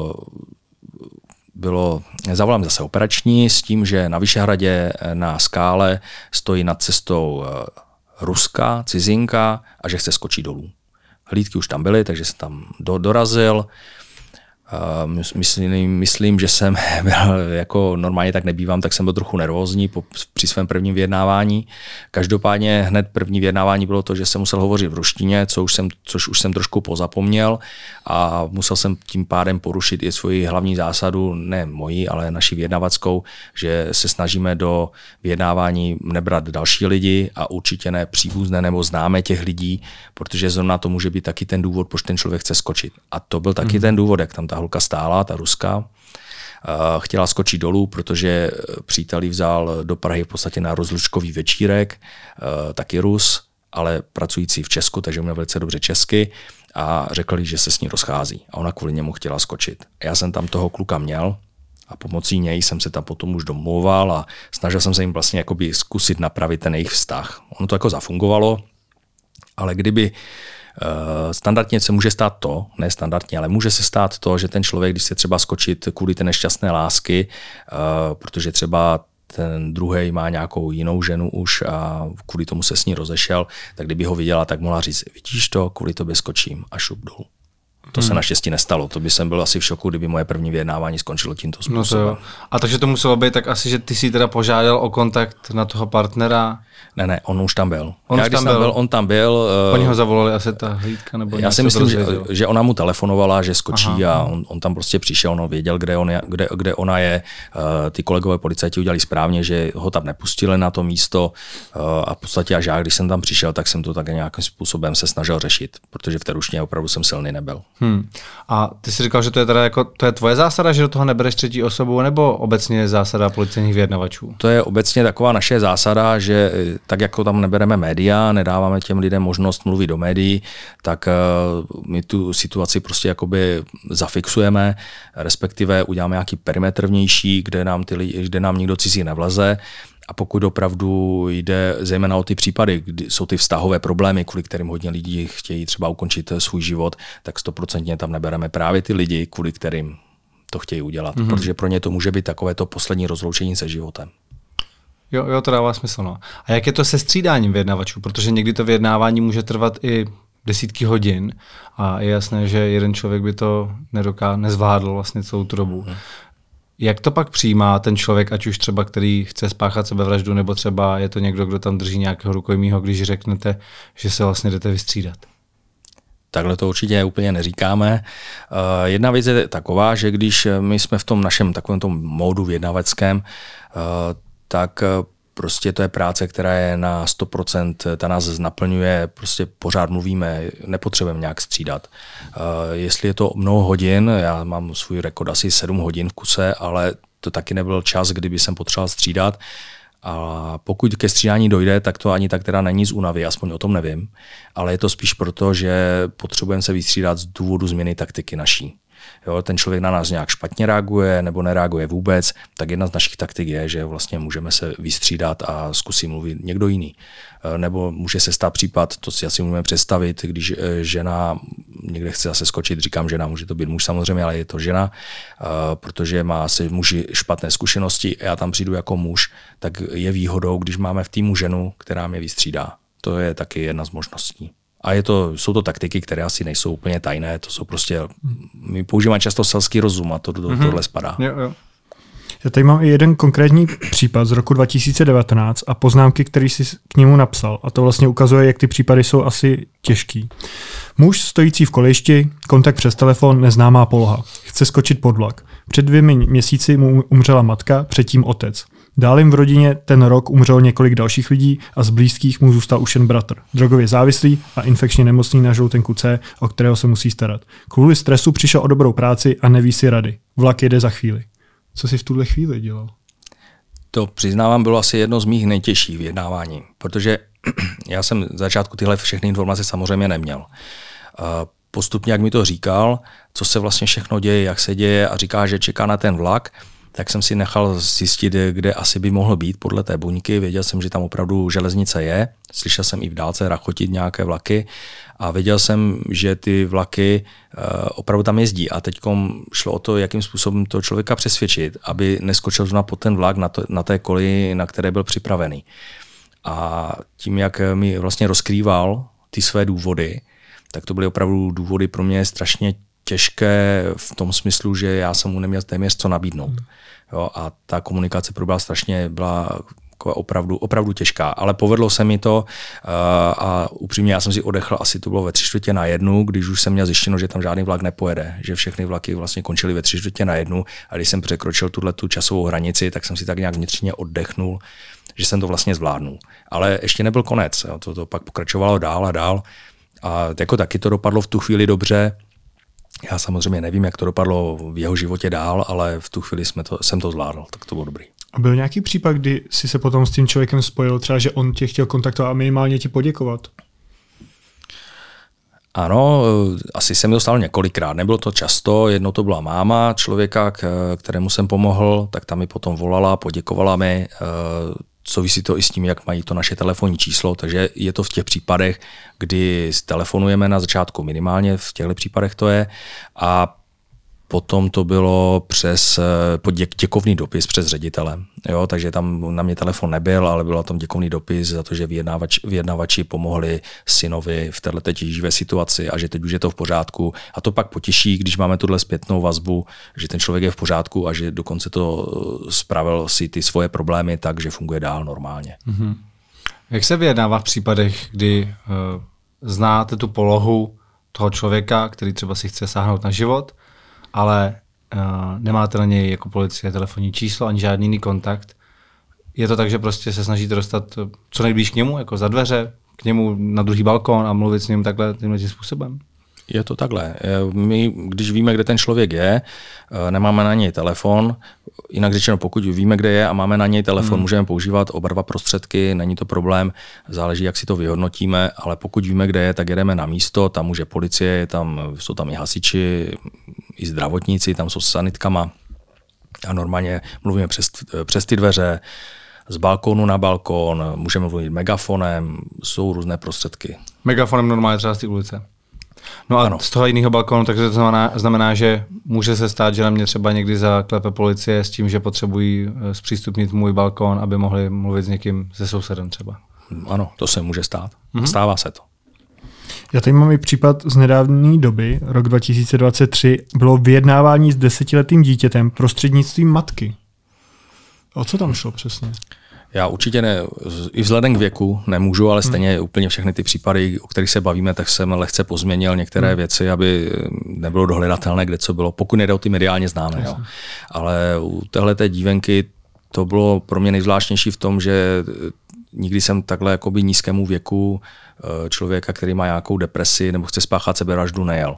bylo zavolám zase operační s tím, že na Vyšehradě na skále stojí nad cestou Ruska, cizinka a že chce skočit dolů. Hlídky už tam byly, takže jsem tam dorazil. Myslím, že jsem byl, jako normálně tak nebývám, tak jsem byl trochu nervózní při svém prvním vyjednávání. Každopádně hned první vyjednávání bylo to, že jsem musel hovořit v ruštině, což už jsem trošku pozapomněl a musel jsem tím pádem porušit i svoji hlavní zásadu, ne moji, ale naši vyjednavackou, že se snažíme do vyjednávání nebrat další lidi a určitě ne příbuzné nebo známé těch lidí, protože zrovna to může být taky ten důvod, proč ten člověk chce skočit. A to byl taky ten důvod, jak tam ta holka stála, ta Ruska, chtěla skočit dolů, protože přítel ji vzal do Prahy v podstatě na rozlučkový večírek, taky Rus, ale pracující v Česku, takže uměl velice dobře česky a řekli, že se s ní rozchází a ona kvůli němu chtěla skočit. Já jsem tam toho kluka měl a pomocí něj jsem se tam potom už domluval a snažil jsem se jim vlastně jakoby zkusit napravit ten jejich vztah. Ono to jako zafungovalo, ale kdyby standardně se může stát to, ne standardně, ale může se stát to, že ten člověk, když se třeba skočit kvůli té nešťastné lásky, protože třeba ten druhej má nějakou jinou ženu už a kvůli tomu se s ní rozešel, tak kdyby ho viděla, tak mohla říct, vidíš to, kvůli tobě skočím a šup dolů. To se naštěstí nestalo. To by jsem byl asi v šoku, kdyby moje první vyjednávání skončilo tímto způsobem. No a takže to muselo být tak asi, že ty jsi teda požádal o kontakt na toho partnera? Ne, on už tam byl. On tam byl. Oni ho zavolali asi ta hlídka? Nebo já si myslím, že ona mu telefonovala, že skočí a on tam prostě přišel, on věděl, kde ona je. Ty kolegové policajti udělali správně, že ho tam nepustili na to místo a v podstatě až já, když jsem tam přišel, tak jsem to také nějakým způsobem se snažil řešit, protože v té ruštině opravdu jsem silný nebyl. A ty jsi říkal, že to je teda jako, to je tvoje zásada, že do toho nebereš třetí osobu, nebo obecně zásada policejních vyjednavačů? To je obecně taková naše zásada, že tak jako tam nebereme média, nedáváme těm lidem možnost mluvit do médií, tak my tu situaci prostě jakoby zafixujeme, respektive uděláme nějaký perimetr vnější, kde nám nikdo cizí nevleze. A pokud opravdu jde zejména o ty případy, kdy jsou ty vztahové problémy, kvůli kterým hodně lidí chtějí třeba ukončit svůj život, tak 100% tam nebereme právě ty lidi, kvůli kterým to chtějí udělat. Protože pro ně to může být takové to poslední rozloučení se životem. Jo, to dává smysl. No. A jak je to se střídáním vyjednavačů? Protože někdy to vyjednávání může trvat i desítky hodin a je jasné, že jeden člověk by to nezvládl vlastně celou tu dobu. Jak to pak přijímá ten člověk, ať už třeba, který chce spáchat sebevraždu, nebo třeba je to někdo, kdo tam drží nějakého rukojmího, když řeknete, že se vlastně jdete vystřídat? Takhle to určitě úplně neříkáme. Jedna věc je taková, že když my jsme v tom našem takovém tom módu vyjednavačském, tak prostě to je práce, která je na 100%, ta nás naplňuje, prostě pořád mluvíme, nepotřebujeme nějak střídat. Jestli je to mnoho hodin, já mám svůj rekord asi 7 hodin v kuse, ale to taky nebyl čas, kdyby jsem potřeboval střídat. A pokud ke střídání dojde, tak to ani tak teda není z únavy, aspoň o tom nevím, ale je to spíš proto, že potřebujeme se vystřídat z důvodu změny taktiky naší. Jo, ten člověk na nás nějak špatně reaguje nebo nereaguje vůbec, tak jedna z našich taktik je, že vlastně můžeme se vystřídat a zkusit mluvit někdo jiný. Nebo může se stát případ, to si asi můžeme představit, když žena někde chce zase skočit, říkám žena, může to být muž samozřejmě, ale je to žena, protože má asi muži špatné zkušenosti a já tam přijdu jako muž, tak je výhodou, když máme v týmu ženu, která mě vystřídá. To je taky jedna z možností. A jsou to taktiky, které asi nejsou úplně tajné, to jsou prostě, my používáme často selský rozum a tohle spadá. Jo. Já tady mám i jeden konkrétní případ z roku 2019 a poznámky, které jsi k němu napsal. A to vlastně ukazuje, jak ty případy jsou asi těžký. Muž stojící v kolejišti, kontakt přes telefon, neznámá poloha. Chce skočit pod vlak. Před 2 měsíci mu umřela matka, předtím otec. Dál jim v rodině ten rok umřelo několik dalších lidí a z blízkých mu zůstal už jen bratr. Drogově závislý a infekčně nemocný na žloutenku C, o kterého se musí starat. Kvůli stresu přišel o dobrou práci a neví si rady. Vlak jede za chvíli. Co jsi v tuhle chvíli dělal? To přiznávám, bylo asi jedno z mých nejtěžších vyjednávání, protože já jsem v začátku tyhle všechny informace samozřejmě neměl. Postupně, jak mi to říkal, co se vlastně všechno děje, jak se děje a říká, že čeká na ten vlak, tak jsem si nechal zjistit, kde asi by mohl být podle té buňky. Věděl jsem, že tam opravdu železnice je. Slyšel jsem i v dálce rachotit nějaké vlaky a věděl jsem, že ty vlaky opravdu tam jezdí. A teď šlo o to, jakým způsobem toho člověka přesvědčit, aby neskočil znovu pod ten vlak na té koleji, na které byl připravený. A tím, jak mi vlastně rozkrýval ty své důvody, tak to byly opravdu důvody pro mě strašně těžké v tom smyslu, že já jsem mu neměl téměř co nabídnout. Jo, a ta komunikace byla opravdu těžká. Ale povedlo se mi to a upřímně já jsem si odechl, asi to bylo ve 1:45, když už jsem měl zjištěno, že tam žádný vlak nepojede, že všechny vlaky vlastně končily ve 1:45 a když jsem překročil tu časovou hranici, tak jsem si tak nějak vnitřně oddechnul, že jsem to vlastně zvládnul. Ale ještě nebyl konec, jo, to pak pokračovalo dál a dál a jako taky to dopadlo v tu chvíli dobře. Já samozřejmě nevím, jak to dopadlo v jeho životě dál, ale v tu chvíli jsem to zvládl, tak to bylo dobrý. A byl nějaký případ, kdy jsi se potom s tím člověkem spojil, třeba, že on tě chtěl kontaktovat a minimálně ti poděkovat? Ano, asi se mi to stalo několikrát, nebylo to často, jednou to byla máma člověka, kterému jsem pomohl, tak ta mi potom volala, poděkovala mi, souvisí to i s tím, jak mají to naše telefonní číslo, takže je to v těch případech, kdy telefonujeme na začátku minimálně, v těchto případech to je, a potom to bylo přes děkovný dopis přes ředitele. Jo, takže tam na mě telefon nebyl, ale byl tam děkovný dopis za to, že vyjednavači pomohli synovi v této těživé situaci a že teď už je to v pořádku. A to pak potěší, když máme tuhle zpětnou vazbu, že ten člověk je v pořádku a že dokonce to spravil si ty svoje problémy tak, že funguje dál normálně. Mm-hmm. Jak se vyjednává v případech, kdy znáte tu polohu toho člověka, který třeba si chce sáhnout na život, ale nemáte na něj jako policie telefonní číslo ani žádný jiný kontakt. Je to tak, že prostě se snažíte dostat co nejblíž k němu, jako za dveře, k němu na druhý balkón a mluvit s ním tímhle způsobem? Je to takhle. My, když víme, kde ten člověk je, nemáme na něj telefon, jinak řečeno, pokud víme, kde je a máme na něj telefon, můžeme používat oba dva prostředky, není to problém, záleží, jak si to vyhodnotíme, ale pokud víme, kde je, tak jedeme na místo, tam může policie, jsou tam i hasiči, i zdravotníci, tam jsou s sanitkama a normálně mluvíme přes ty dveře, z balkónu na balkón, můžeme mluvit megafonem, jsou různé prostředky. Megafonem normálně třeba z té ulice. No a z toho jiného balkónu, takže to znamená, že může se stát, že na mě třeba někdy zaklepe policie s tím, že potřebují zpřístupnit můj balkón, aby mohli mluvit s někým, se sousedem třeba. Ano, to se může stát. Stává se to. Já tady mám i případ z nedávné doby, rok 2023, bylo vyjednávání s 10letým dítětem prostřednictvím matky. O co tam šlo přesně? Já určitě ne, i vzhledem k věku nemůžu, ale stejně úplně všechny ty případy, o kterých se bavíme, tak jsem lehce pozměnil některé věci, aby nebylo dohledatelné, kde co bylo, pokud nejde o ty mediálně známé. Jo. Ale u téhleté dívenky to bylo pro mě nejzvláštnější v tom, že nikdy jsem takhle jakoby nízkému věku člověka, který má nějakou depresi nebo chce spáchat sebevraždu, nejel.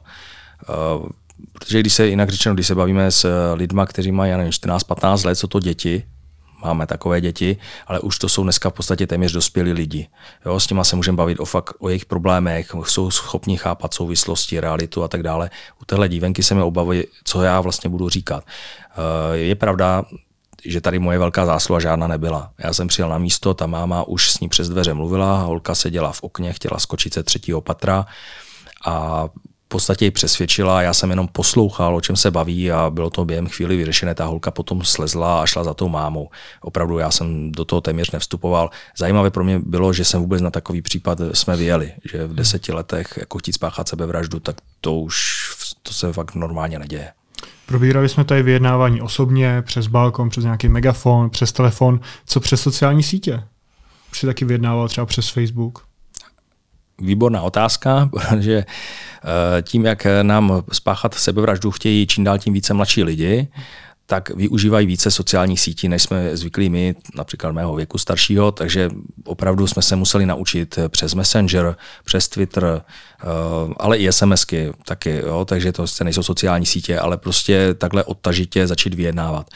Protože když se bavíme s lidma, kteří mají 14-15 let, jsou to děti, máme takové děti, ale už to jsou dneska v podstatě téměř dospělí lidi. Jo, s těma se můžeme bavit o jejich problémech, jsou schopni chápat souvislosti, realitu a tak dále. U téhle dívenky se mi obavy, co já vlastně budu říkat. Je pravda, že tady moje velká zásluha žádná nebyla. Já jsem přijel na místo, ta máma už s ní přes dveře mluvila, holka seděla v okně, chtěla skočit ze 3. patra a v podstatě ji přesvědčila, já jsem jenom poslouchal, o čem se baví a bylo to během chvíli vyřešené. Ta holka potom slezla a šla za tou mámou. Opravdu já jsem do toho téměř nevstupoval. Zajímavé pro mě bylo, že jsem vůbec na takový případ jsme vyjeli, že v 10 letech jako chtít spáchat sebevraždu, tak to se fakt normálně neděje. Probírali jsme tady vyjednávání osobně, přes balkon, přes nějaký megafon, přes telefon, co přes sociální sítě? Už si taky vyjednával třeba přes Facebook? výborná otázka, protože tím, jak nám spáchat sebevraždu chtějí čím dál tím více mladší lidi, tak využívají více sociálních sítí, než jsme zvyklí my, například mého věku staršího, takže opravdu jsme se museli naučit přes Messenger, přes Twitter, ale i SMSky taky, jo, takže to nejsou sociální sítě, ale prostě takhle odtažitě začít vyjednávat.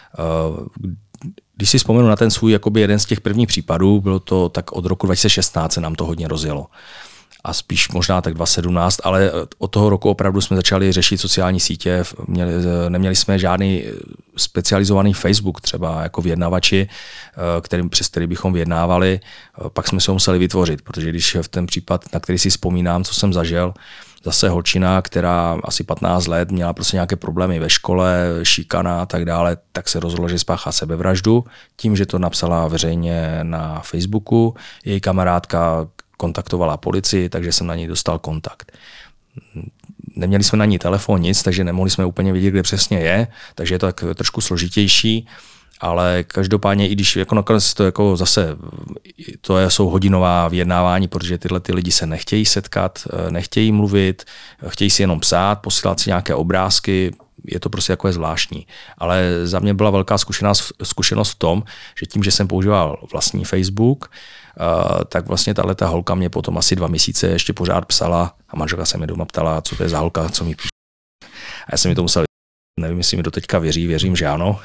Když si vzpomenu na ten svůj jakoby jeden z těch prvních případů, bylo to tak od roku 2016 se nám to hodně rozjelo. A spíš možná tak 2017, ale od toho roku opravdu jsme začali řešit sociální sítě. Neměli jsme žádný specializovaný Facebook třeba jako vyjednavači, přes který bychom vyjednávali. Pak jsme se ho museli vytvořit, protože když v ten případ, na který si vzpomínám, co jsem zažil, zase holčina, která asi 15 let měla prostě nějaké problémy ve škole, šikana a tak dále, tak se rozhodla, že spáchá sebevraždu. Tím, že to napsala veřejně na Facebooku, její kamarádka kontaktovala policii, takže jsem na ní dostal kontakt. Neměli jsme na ní telefon, nic, takže nemohli jsme úplně vědět, kde přesně je, takže je to tak trošku složitější, ale každopádně, i když jako nakonec to jako zase jsou hodinová vyjednávání, protože tyhle ty lidi se nechtějí setkat, nechtějí mluvit, chtějí si jenom psát, posílat si nějaké obrázky, je to prostě jako zvláštní. Ale za mě byla velká zkušenost v tom, že tím, že jsem používal vlastní Facebook, tak vlastně tahleta holka mě potom asi 2 měsíce ještě pořád psala a manželka se mi doma ptala, co to je za holka, co mi píše. A já jsem mi to musel, nevím, jestli mi do teďka věřím, že ano.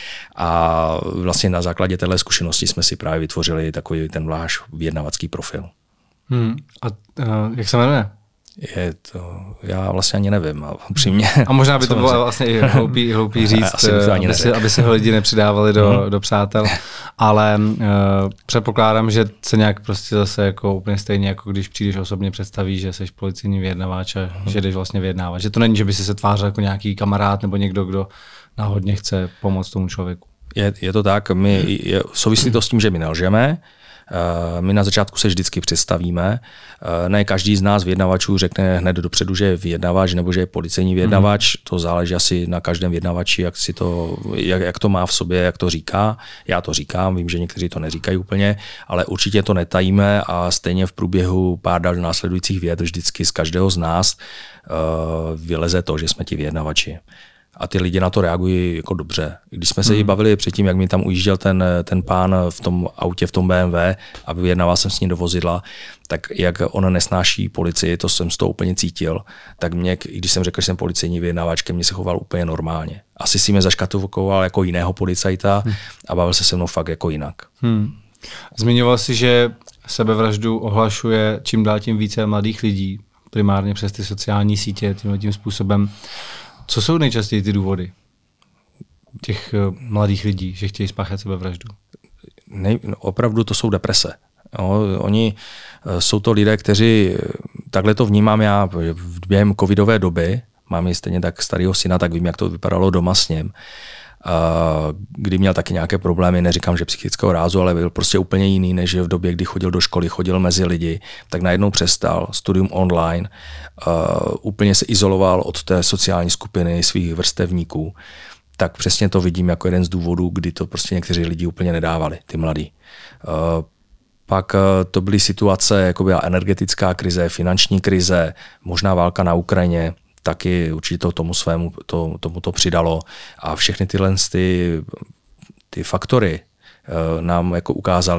A vlastně na základě téhle zkušenosti jsme si právě vytvořili takový ten váš vyjednavacký profil. A jak se jmenuje? Je to, já vlastně ani nevím, upřímně. A možná by to bylo vlastně i hloupý říct, aby se ho lidi nepřidávali do přátel, ale předpokládám, že se nějak prostě zase jako úplně stejně, jako když přijdeš osobně představíš, že jsi policejní vyjednavač a že jdeš vlastně vyjednávat. Že to není, že by si se tvářil jako nějaký kamarád nebo někdo, kdo náhodně chce pomoct tomu člověku. Je to tak, souvisí to s tím, že my nelžeme. My na začátku se vždycky představíme. Ne každý z nás vyjednavačů řekne hned dopředu, že je vyjednavač nebo že je policejní vyjednavač. To záleží asi na každém vyjednavači, jak to má v sobě, jak to říká. Já to říkám, vím, že někteří to neříkají úplně, ale určitě to netajíme a stejně v průběhu pár následujících vět vždycky z každého z nás vyleze to, že jsme ti vyjednavači. A ty lidi na to reagují jako dobře. Když jsme se jí bavili předtím, jak mi tam ujížděl ten pán v tom autě, v tom BMW a vyjednával jsem s ním do vozidla, tak jak on nesnáší policii, to jsem z toho úplně cítil, tak mě, když jsem řekl, že jsem policejní vyjednávač, ke mně se choval úplně normálně. Asi si mě zaškatulkoval jako jiného policajta a bavil se mnou fakt jako jinak. Zmiňoval jsi, že sebevraždu ohlašuje čím dál tím více mladých lidí, primárně přes ty sociální sítě, tím způsobem. Co jsou nejčastěji ty důvody těch mladých lidí, že chtějí spáchat sebevraždu? Opravdu to jsou deprese. Oni jsou to lidé, kteří, takhle to vnímám já během covidové doby, mám i stejně tak starého syna, tak vím, jak to vypadalo doma s ním. Kdy měl taky nějaké problémy, neříkám, že psychického rázu, ale byl prostě úplně jiný, než v době, kdy chodil do školy, chodil mezi lidi, tak najednou přestal studium online, úplně se izoloval od té sociální skupiny svých vrstevníků. Tak přesně to vidím jako jeden z důvodů, kdy to prostě někteří lidi úplně nedávali, ty mladí. Pak to byly situace, jako byla energetická krize, finanční krize, možná válka na Ukrajině, taky určitě to tomu to přidalo a všechny tyhle ty faktory nám jako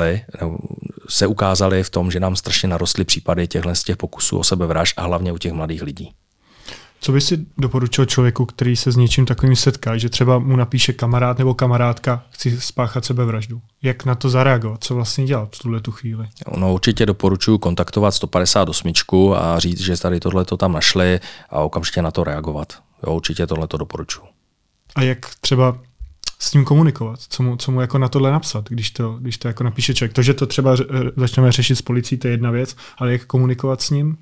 se ukázaly v tom, že nám strašně narostly případy z těch pokusů o sebevražd a hlavně u těch mladých lidí. Co by si doporučil člověku, který se s něčím takovým setká, že třeba mu napíše kamarád nebo kamarádka, chci spáchat sebevraždu? Jak na to zareagovat? Co vlastně dělat v tuhle tu chvíli? No, určitě doporučuji kontaktovat 158 a říct, že tady tohleto tam našli a okamžitě na to reagovat. Jo, určitě tohleto doporučuji. A jak třeba s ním komunikovat? Co mu jako na tohle napsat, když to jako napíše člověk? To, že to třeba začneme řešit s policií, to je jedna věc, ale jak komunikovat s ním?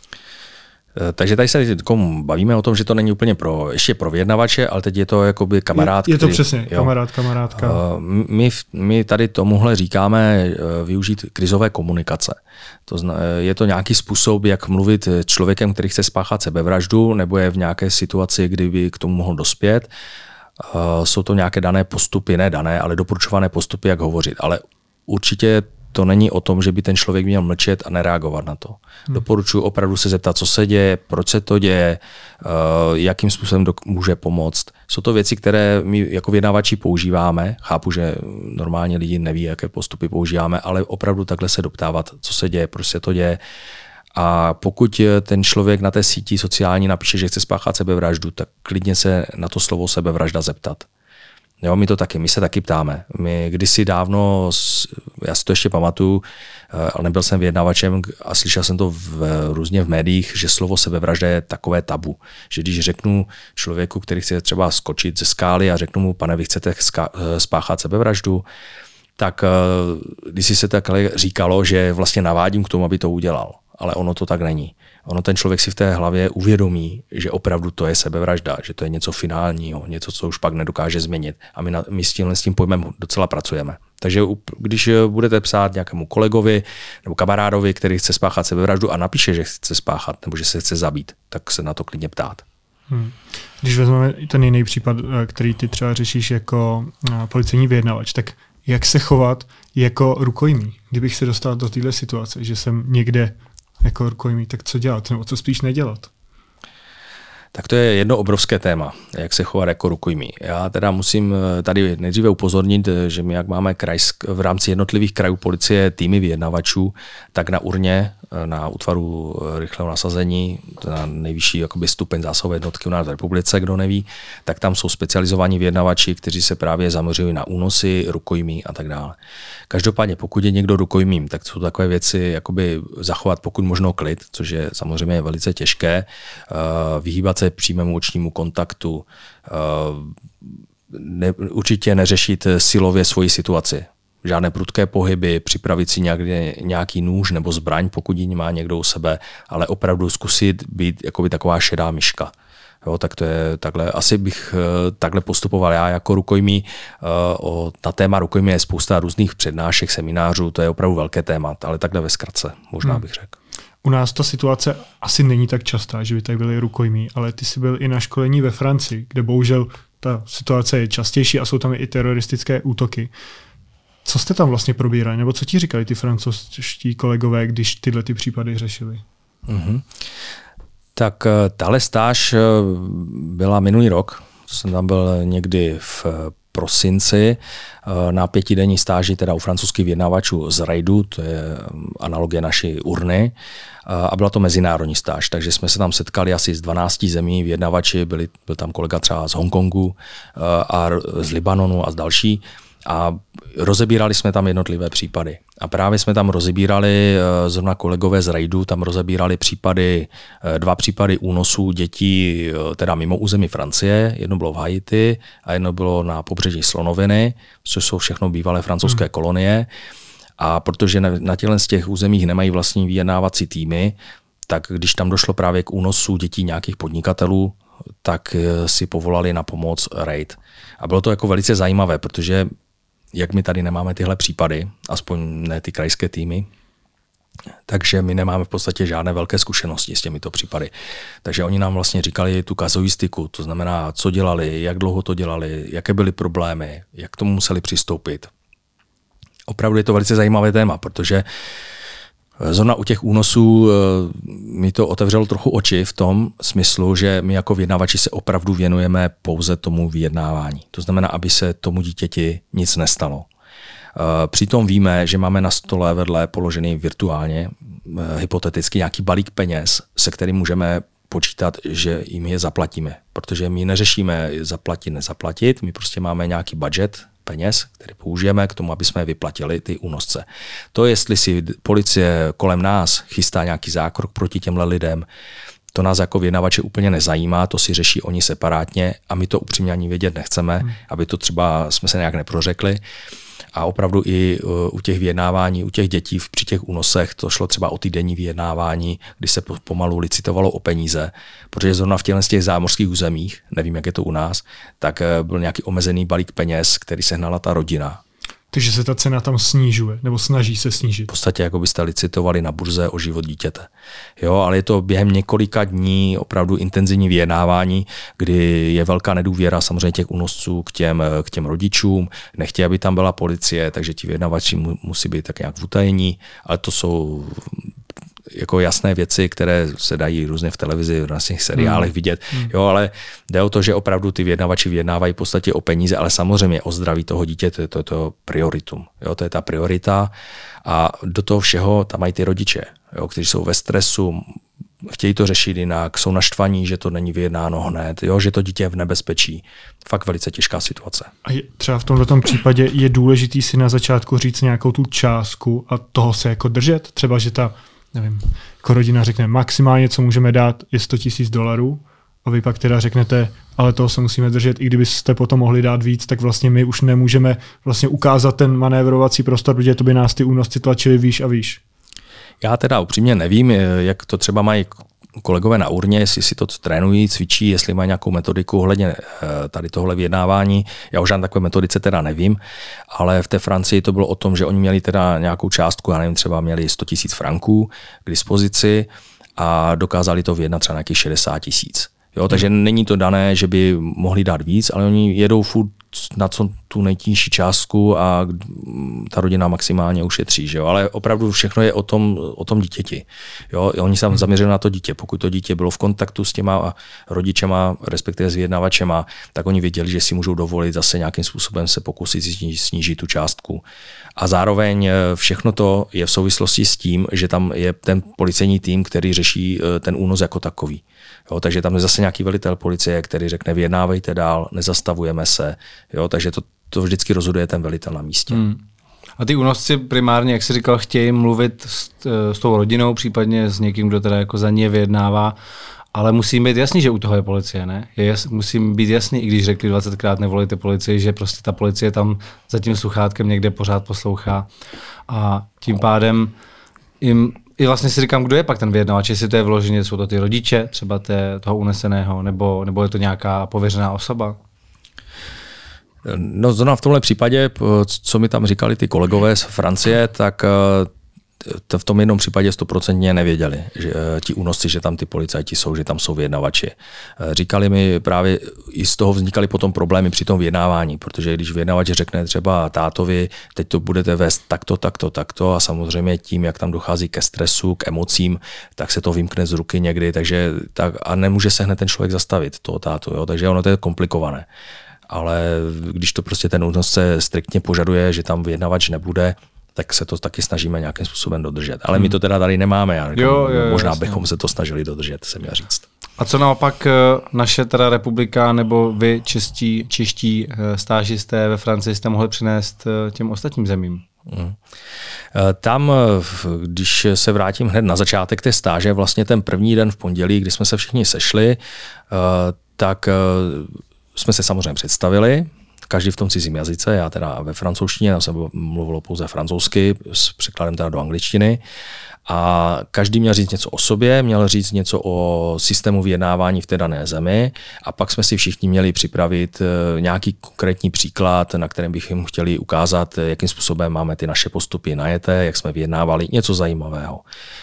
Takže tady se bavíme o tom, že to není úplně ještě pro vyjednavače, ale teď je to jakoby kamarád. Je to přesně, kamarádka. My tady tomuhle říkáme využít krizové komunikace. Je to nějaký způsob, jak mluvit s člověkem, který chce spáchat sebevraždu, nebo je v nějaké situaci, kdy by k tomu mohl dospět. Jsou to nějaké dané postupy, ne dané, ale doporučované postupy, jak hovořit. Ale určitě to není o tom, že by ten člověk měl mlčet a nereagovat na to. Doporučuji opravdu se zeptat, co se děje, proč se to děje, jakým způsobem může pomoct. Jsou to věci, které my jako vyjednavači používáme. Chápu, že normálně lidi neví, jaké postupy používáme, ale opravdu takhle se doptávat, co se děje, proč se to děje. A pokud ten člověk na té síti sociální napíše, že chce spáchat sebevraždu, tak klidně se na to slovo sebevražda zeptat. Jo, my se taky ptáme. My kdysi dávno, já si to ještě pamatuju, ale nebyl jsem vyjednavačem a slyšel jsem to různě v médiích, že slovo sebevražda je takové tabu. Že když řeknu člověku, který chce třeba skočit ze skály a řeknu mu, pane, vy chcete spáchat sebevraždu, tak když se takhle říkalo, že vlastně navádím k tomu, aby to udělal. Ale ono to tak není. Ono ten člověk si v té hlavě uvědomí, že opravdu to je sebevražda, že to je něco finálního, něco, co už pak nedokáže změnit. A my s tím pojmem docela pracujeme. Takže když budete psát nějakému kolegovi nebo kamarádovi, který chce spáchat sebevraždu a napíše, že chce spáchat nebo že se chce zabít, tak se na to klidně ptát. Když vezmeme ten jiný případ, který ty třeba řešíš jako policejní vyjednavač, tak jak se chovat jako rukojmí? Kdybych se dostal do téhle situace, že jsem někde jako rukojmí, tak co dělat, nebo co spíš nedělat? Tak to je jedno obrovské téma, jak se chovat jako rukojmí. Já teda musím tady nejdříve upozornit, že my jak máme v rámci jednotlivých krajů policie týmy vyjednavačů, tak na URNě, na útvaru rychlého nasazení, na nejvyšší jakoby stupeň zásahové jednotky u nás v republice, kdo neví, tak tam jsou specializovaní vyjednavači, kteří se právě zaměřují na únosy, rukojmí a tak dále. Každopádně, pokud je někdo rukojmím, tak jsou takové věci, jakoby zachovat pokud možno klid, což je samozřejmě velice těžké, vyhýbat se přímému očnímu kontaktu, určitě neřešit silově svoji situaci. Žádné prudké pohyby, připravit si nějaký nůž nebo zbraň, pokud ji má někdo u sebe, ale opravdu zkusit být jakoby taková šedá myška. Jo, tak to je takhle. Asi bych takhle postupoval já jako rukojmí. Na téma rukojmí je spousta různých přednášek, seminářů, to je opravdu velké téma, ale takhle ve zkratce, možná bych řekl. U nás ta situace asi není tak častá, že by tady byli rukojmí, ale ty jsi byl i na školení ve Francii, kde bohužel ta situace je častější a jsou tam i teroristické útoky. Co jste tam vlastně probírali, nebo co ti říkali ty francouzští kolegové, když tyhle ty případy řešili? Tak tahle stáž byla minulý rok, jsem tam byl někdy v prosinci na 5denní stáži teda u francouzských vyjednavačů z Raidu, to je analogie naší URNy, a byla to mezinárodní stáž, takže jsme se tam setkali asi z 12 zemí vyjednavači, byl tam kolega třeba z Hongkongu a z Libanonu a z další. A rozebírali jsme tam jednotlivé případy. A právě jsme tam rozebírali, zrovna kolegové z Raidu, tam rozebírali dva případy únosů dětí teda mimo území Francie. Jedno bylo v Haiti a jedno bylo na pobřeží Slonoviny, což jsou všechno bývalé francouzské kolonie. A protože na těchto z těch územích nemají vlastní vyjednávací týmy, tak když tam došlo právě k únosu dětí nějakých podnikatelů, tak si povolali na pomoc Raid. A bylo to jako velice zajímavé, protože jak my tady nemáme tyhle případy, aspoň ne ty krajské týmy, takže my nemáme v podstatě žádné velké zkušenosti s těmito případy. Takže oni nám vlastně říkali tu kazuistiku, to znamená, co dělali, jak dlouho to dělali, jaké byly problémy, jak k tomu museli přistoupit. Opravdu je to velice zajímavé téma, protože zrovna u těch únosů mi to otevřelo trochu oči v tom smyslu, že my jako vyjednavači se opravdu věnujeme pouze tomu vyjednávání. To znamená, aby se tomu dítěti nic nestalo. Přitom víme, že máme na stole vedle položený virtuálně, hypoteticky nějaký balík peněz, se kterým můžeme počítat, že jim je zaplatíme. Protože my neřešíme zaplatit, nezaplatit, my prostě máme nějaký budget peněz, který použijeme k tomu, aby jsme vyplatili ty únosce. To, jestli si policie kolem nás chystá nějaký zákrok proti těmhle lidem, to nás jako vyjednavače úplně nezajímá, to si řeší oni separátně a my to upřímně ani vědět nechceme, aby to třeba jsme se nějak neprořekli. A opravdu i u těch vyjednávání, u těch dětí při těch únosech, to šlo třeba o týdenní vyjednávání, kdy se pomalu licitovalo o peníze, protože zrovna v těch zámořských územích, nevím, jak je to u nás, tak byl nějaký omezený balík peněz, který sehnala ta rodina. Takže se ta cena tam snižuje, nebo snaží se snížit. V podstatě jako byste licitovali na burze o život dítěte. Jo, ale je to během několika dní opravdu intenzivní vyjednávání, kdy je velká nedůvěra samozřejmě těch únosců k těm rodičům, nechtějí, aby tam byla policie, takže ti vyjednavači musí být tak nějak v utajení, ale to jsou jako jasné věci, které se dají různě v televizi, v našich seriálech vidět. Jo, ale jde o to, že opravdu ty vyjednavači vyjednávají v podstatě o peníze, ale samozřejmě o zdraví toho dítěte, to je to prioritum. Jo, to je ta priorita a do toho všeho tam mají ty rodiče, jo, kteří jsou ve stresu, chtějí to řešit jinak, jsou naštvaní, že to není vyjednáno hned, jo, že to dítě je v nebezpečí. Fakt velice těžká situace. A třeba v tomto případě je důležitý si na začátku říct nějakou tu částku a toho se jako držet? Třeba, že ta, nevím, jako rodina řekne maximálně, co můžeme dát, je $100,000 a vy pak teda řeknete, ale toho se musíme držet, i kdybyste potom mohli dát víc, tak vlastně my už nemůžeme vlastně ukázat ten manévrovací prostor, protože to by nás ty únosci tlačili výš a výš. Já teda upřímně nevím, jak to třeba mají kolegové na urně, jestli si to trénují, cvičí, jestli mají nějakou metodiku ohledně tady tohle vyjednávání. Já o žádné takové metodice teda nevím, ale v té Francii to bylo o tom, že oni měli teda nějakou částku, já nevím, třeba měli 100 000 franků k dispozici a dokázali to vyjednat třeba nějakých 60 000. Jo, takže není to dané, že by mohli dát víc, ale oni jedou furt na co tu nejnižší částku a ta rodina maximálně ušetří. Že jo? Ale opravdu všechno je o tom dítěti. Jo? Oni se zaměřili na to dítě. Pokud to dítě bylo v kontaktu s těma rodičema, respektive s vyjednavačema, tak oni věděli, že si můžou dovolit zase nějakým způsobem se pokusit snížit tu částku. A zároveň všechno to je v souvislosti s tím, že tam je ten policejní tým, který řeší ten únos jako takový. Jo, takže tam je zase nějaký velitel policie, který řekne, vyjednávejte dál, nezastavujeme se. Jo, takže to vždycky rozhoduje ten velitel na místě. A ty únosci primárně, jak jsi říkal, chtějí mluvit s tou rodinou, případně s někým, kdo teda jako za ně vyjednává, ale musí být jasný, že u toho je policie, ne? Musí být jasný, i když řekli 20krát nevolejte policii, že prostě ta policie tam za tím sluchátkem někde pořád poslouchá a tím pádem i vlastně si říkám, kdo je pak ten vyjednavač, jestli to je vloženě, jsou to ty rodiče, třeba toho uneseného, nebo je to nějaká pověřená osoba? No zrovna v tomhle případě, co mi tam říkali ty kolegové z Francie, tak v tom jednom případě 100% nevěděli, že ti únosci, že tam ty policajti jsou, že tam jsou vyjednavači. Říkali mi právě, i z toho vznikaly potom problémy při tom vyjednávání, protože když vyjednavač řekne třeba tátovi, teď to budete vést takto a samozřejmě tím, jak tam dochází ke stresu, k emocím, tak se to vymkne z ruky někdy, takže a nemůže se hned ten člověk zastavit, toho tátu, jo, takže ono to je komplikované. Ale když to prostě ten únosce striktně požaduje, že tam vyjednavač nebude, tak se to taky snažíme nějakým způsobem dodržet. Ale my to teda tady nemáme. Možná jasně. Bychom se to snažili dodržet, jsem měl říct. A co naopak naše teda republika nebo vy čeští stážisté ve Francii jste mohli přinést těm ostatním zemím? Tam, když se vrátím hned na začátek té stáže, vlastně ten první den v pondělí, kdy jsme se všichni sešli, tak jsme se samozřejmě představili, každý v tom cizím jazyce, já teda ve francouzštině, já jsem mluvil pouze francouzsky s překladem teda do angličtiny a každý měl říct něco o sobě, měl říct něco o systému vyjednávání v té dané zemi a pak jsme si všichni měli připravit nějaký konkrétní příklad, na kterém bychom chtěli ukázat, jakým způsobem máme ty naše postupy najeté, jak jsme vyjednávali, něco zajímavého.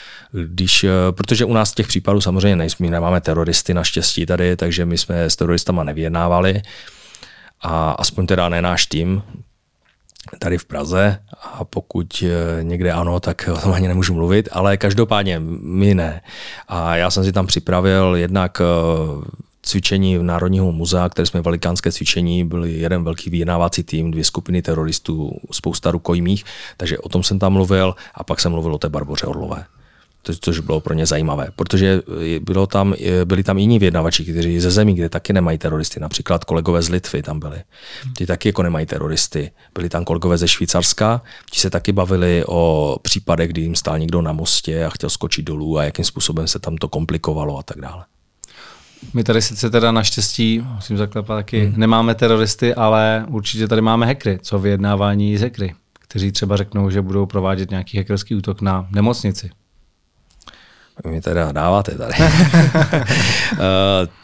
Protože u nás těch případů samozřejmě nemáme teroristy naštěstí tady, takže my jsme s teroristama nevyjednávali, a aspoň teda ne náš tým tady v Praze a pokud někde ano, tak o tom ani nemůžu mluvit, ale každopádně my ne. A já jsem si tam připravil jednak cvičení v Národního muzea, které jsme velikánské cvičení, byl jeden velký vyjednávací tým, 2 skupiny teroristů, spousta rukojmích, takže o tom jsem tam mluvil a pak jsem mluvil o té Barboře Orlové. Což bylo pro ně zajímavé, protože byli tam jiní vyjednavači, kteří ze zemí, kde taky nemají teroristy, například kolegové z Litvy tam byli. Ti taky jako nemají teroristy. Byli tam kolegové ze Švýcarska, ti se taky bavili o případech, kdy jim stál někdo na mostě a chtěl skočit dolů a jakým způsobem se tam to komplikovalo a tak dále. My tady sice teda naštěstí, musím zaklepat taky, nemáme teroristy, ale určitě tady máme hackery, co vyjednávání z hackery, kteří třeba řeknou, že budou provádět nějaký hackerský útok na nemocnici. Vy mi teda dáváte tady.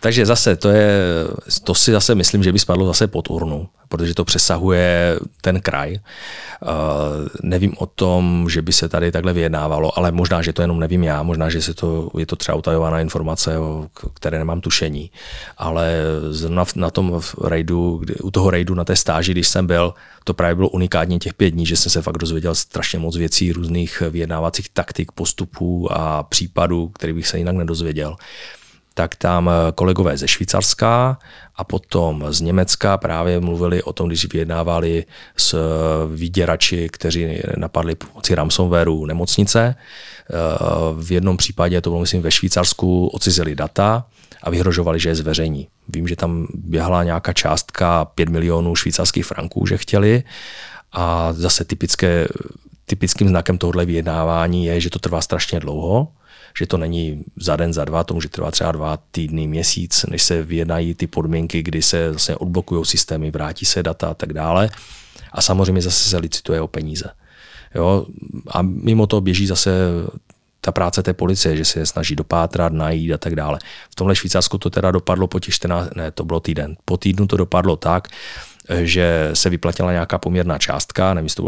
Takže zase to si zase myslím, že by spadlo zase pod urnu, protože to přesahuje ten kraj. Nevím o tom, že by se tady takhle vyjednávalo, ale možná, že to jenom nevím já, možná, že je to třeba utajovaná informace, o které nemám tušení. Ale na tom rejdu, u toho rejdu na té stáži, když jsem byl, to právě bylo unikátní těch 5 dní, že jsem se fakt dozvěděl strašně moc věcí, různých vyjednávacích taktik, postupů a případů, který bych se jinak nedozvěděl. Tak tam kolegové ze Švýcarska a potom z Německa právě mluvili o tom, když vyjednávali s výděrači, kteří napadli pomocí ransomwareu nemocnice. V jednom případě, to bylo myslím ve Švýcarsku, odcizili data a vyhrožovali, že je zveřejní. Vím, že tam běhala nějaká částka 5 milionů švýcarských franků, že chtěli, a zase typickým znakem tohohle vyjednávání je, že to trvá strašně dlouho, že to není za den, za dva, to může trvat třeba 2 týdny, měsíc, než se vyjednají ty podmínky, kdy se zase odblokují systémy, vrátí se data a tak dále. A samozřejmě zase se licituje o peníze. Jo? A mimo to běží zase ta práce té policie, že se je snaží dopátrat, najít a tak dále. V tomhle Švýcarsku to teda dopadlo po těch 14, ne, to bylo týden. Po týdnu to dopadlo tak, že se vyplatila nějaká poměrná částka, nevím, to bylo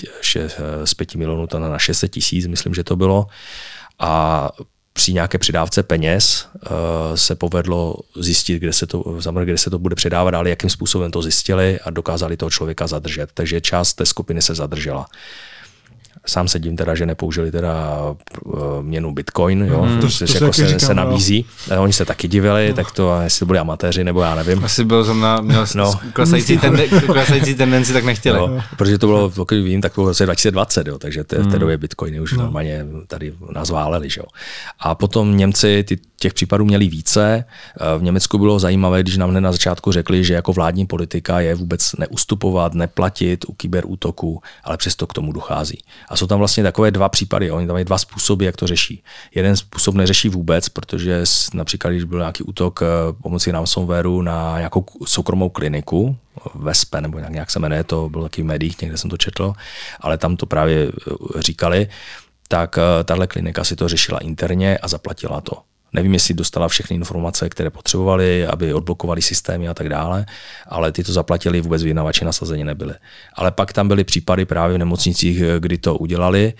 z 5 milionů to na 600 000, myslím, že to bylo. A při nějaké přidávce peněz se povedlo zjistit, kde se to bude předávat, ale jakým způsobem to zjistili a dokázali toho člověka zadržet. Takže část té skupiny se zadržela. Sám se dím teda, že nepoužili teda měnu Bitcoin, jo, což jako se nabízí. Jo. Oni se taky divili, tak to, jestli to byli amatéři, nebo já nevím. Asi měl klesající tendenci, tak nechtěli. No, protože to bylo, pokud vím, tak bylo v roce 2020, jo, takže v té době Bitcoiny už normálně tady nás váleli. Jo. A potom Němci těch případů měli více. V Německu bylo zajímavé, když nám hned na začátku řekli, že jako vládní politika je vůbec neustupovat, neplatit u kyberútoků, ale přesto k tomu dochází. A jsou tam vlastně takové 2 případy, oni tam mají 2 způsoby, jak to řeší. Jeden způsob neřeší vůbec, protože například, když byl nějaký útok pomocí ransomwareu na nějakou soukromou kliniku, Vespe, nebo nějak se jmenuje, to bylo taky v médiích, někde jsem to četl, ale tam to právě říkali, tak tahle klinika si to řešila interně a zaplatila to. Nevím, jestli dostala všechny informace, které potřebovali, aby odblokovali systémy a tak dále, ale ty to zaplatili, vůbec vyjednavači nasazeni nebyli. Ale pak tam byly případy právě v nemocnicích, kdy to udělali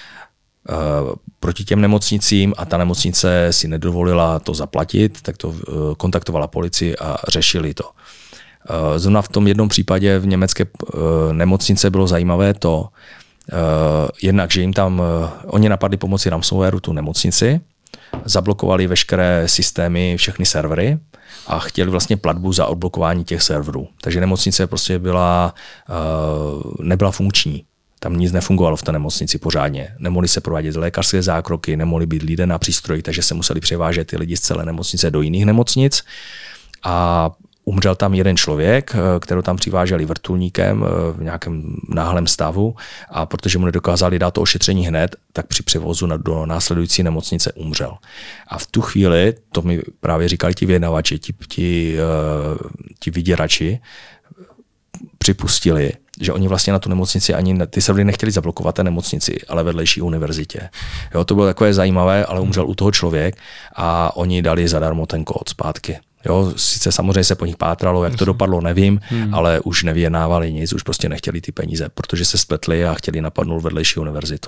proti těm nemocnicím a ta nemocnice si nedovolila to zaplatit, tak to kontaktovala policii a řešili to. Zrovna v tom jednom případě v německé nemocnice bylo zajímavé to, jednak, že jim tam, oni napadli pomocí ransomwareu tu nemocnici, zablokovali veškeré systémy, všechny servery a chtěli vlastně platbu za odblokování těch serverů. Takže nemocnice prostě nebyla funkční. Tam nic nefungovalo v té nemocnici pořádně. Nemohli se provádět lékařské zákroky, nemohli být lidé na přístroji, takže se museli převážet ty lidi z celé nemocnice do jiných nemocnic. A umřel tam jeden člověk, kterou tam přiváželi vrtulníkem v nějakém náhlém stavu, a protože mu nedokázali dát to ošetření hned, tak při převozu do následující nemocnice umřel. A v tu chvíli, to mi právě říkali ti vyjednavači, ti vyděrači, připustili, že oni vlastně na tu nemocnici ani ty servery nechtěli zablokovat té nemocnici, ale vedlejší univerzitě. Jo, to bylo takové zajímavé, ale umřel u toho člověk a oni dali zadarmo ten kód zpátky. Jo, sice samozřejmě se po nich pátralo, jak to dopadlo, nevím, ale už nevyjednávali nic, už prostě nechtěli ty peníze, protože se spletli a chtěli napadnout vedlejší univerzitu.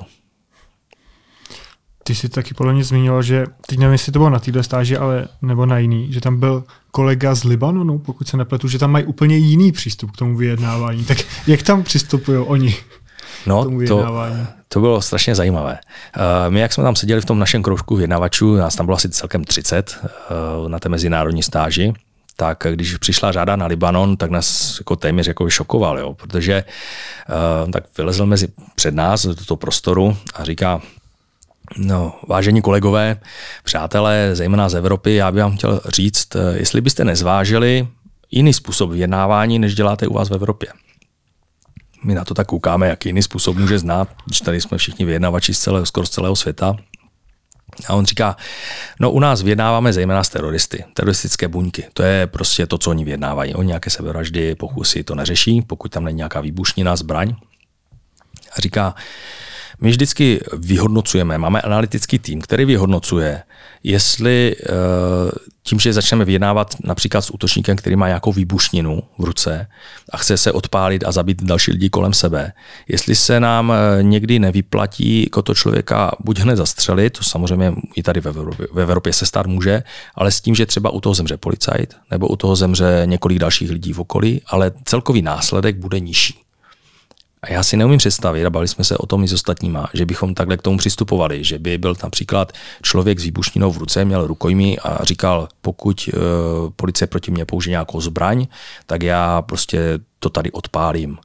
Ty jsi taky podle mě zmínil, že teď nevím, jestli to bylo na této stáži, ale nebo na jiný, že tam byl kolega z Libanonu, pokud se nepletu, že tam mají úplně jiný přístup k tomu vyjednávání. Tak jak tam přistupují oni? No, to bylo strašně zajímavé. My, jak jsme tam seděli v tom našem kroužku vyjednavačů, nás tam bylo asi celkem 30 na té mezinárodní stáži, tak když přišla řada na Libanon, tak nás jako téměř jako šokoval, jo, protože tak vylezl před nás do toho prostoru a říká: no, vážení kolegové, přátelé, zejména z Evropy, já bych vám chtěl říct, jestli byste nezvážili jiný způsob vyjednávání, než děláte u vás v Evropě. My na to tak koukáme, jaký jiný způsob může znát, když tady jsme všichni vyjednavači skoro z celého světa. A on říká, no u nás vyjednáváme zejména s teroristy, teroristické buňky. To je prostě to, co oni vyjednávají. Oni nějaké sebevraždy, pokusy to neřeší, pokud tam není nějaká výbušnina, zbraň. A říká, My vždycky vyhodnocujeme, máme analytický tým, který vyhodnocuje, jestli tím, že začneme vyjednávat například s útočníkem, který má nějakou výbušninu v ruce a chce se odpálit a zabít další lidi kolem sebe, jestli se nám někdy nevyplatí jako to člověka buď hned zastřelit, to samozřejmě i tady v Evropě se stát může, ale s tím, že třeba u toho zemře policajt nebo u toho zemře několik dalších lidí v okolí, ale celkový následek bude nižší. A já si neumím představit, a bavili jsme se o tom i s ostatníma, že bychom takhle k tomu přistupovali, že by byl například člověk s výbušninou v ruce, měl rukojmí a říkal, pokud policie proti mně použije nějakou zbraň, tak já prostě to tady odpálím.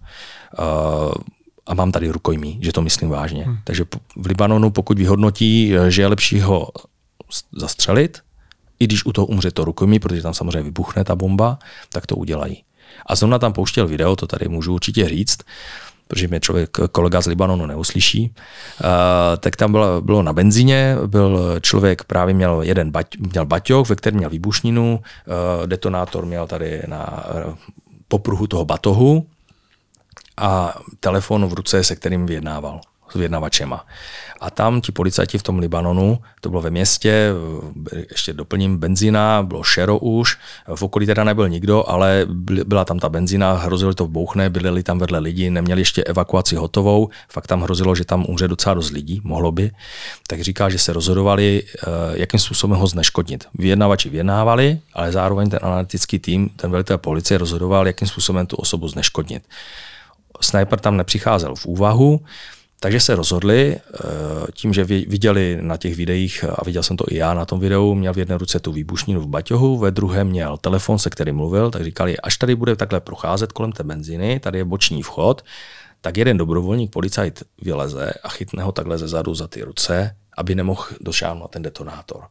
A mám tady rukojmí, že to myslím vážně. Takže v Libanonu, pokud vyhodnotí, že je lepší ho zastřelit, i když u toho umře to rukojmí, protože tam samozřejmě vybuchne ta bomba, tak to udělají. A zrovna tam pouštěl video, to tady můžu určitě říct, protože mě kolega z Libanonu neuslyší, tak tam bylo na benzíně, byl člověk, právě měl baťoch, ve kterém měl výbušninu, detonátor měl tady na popruhu toho batohu a telefon v ruce, se kterým vyjednával s vyjednavačema. A tam ti policajti v tom Libanonu, to bylo ve městě, ještě doplním benzína, bylo šero už, v okolí teda nebyl nikdo, ale byla tam ta benzína, hrozilo to bouchne, byli tam vedle lidi, neměli ještě evakuaci hotovou, fakt tam hrozilo, že tam umře docela dost lidí, mohlo by. Tak říká, že se rozhodovali, jakým způsobem ho zneškodnit. Vyjednavači vyjednávali, ale zároveň ten analytický tým, ten velitel policie rozhodoval, jakým způsobem tu osobu zneškodnit. Sniper tam nepřicházel v úvahu, takže se rozhodli tím, že viděli na těch videích, a viděl jsem to i já na tom videu, měl v jedné ruce tu výbušninu v baťohu, ve druhé měl telefon, se kterým mluvil, tak říkali, až tady bude takhle procházet kolem té benzíny, tady je boční vchod, tak jeden dobrovolník policajt vyleze a chytne ho takhle zezadu za ty ruce, aby nemohl došáhnout ten detonátor.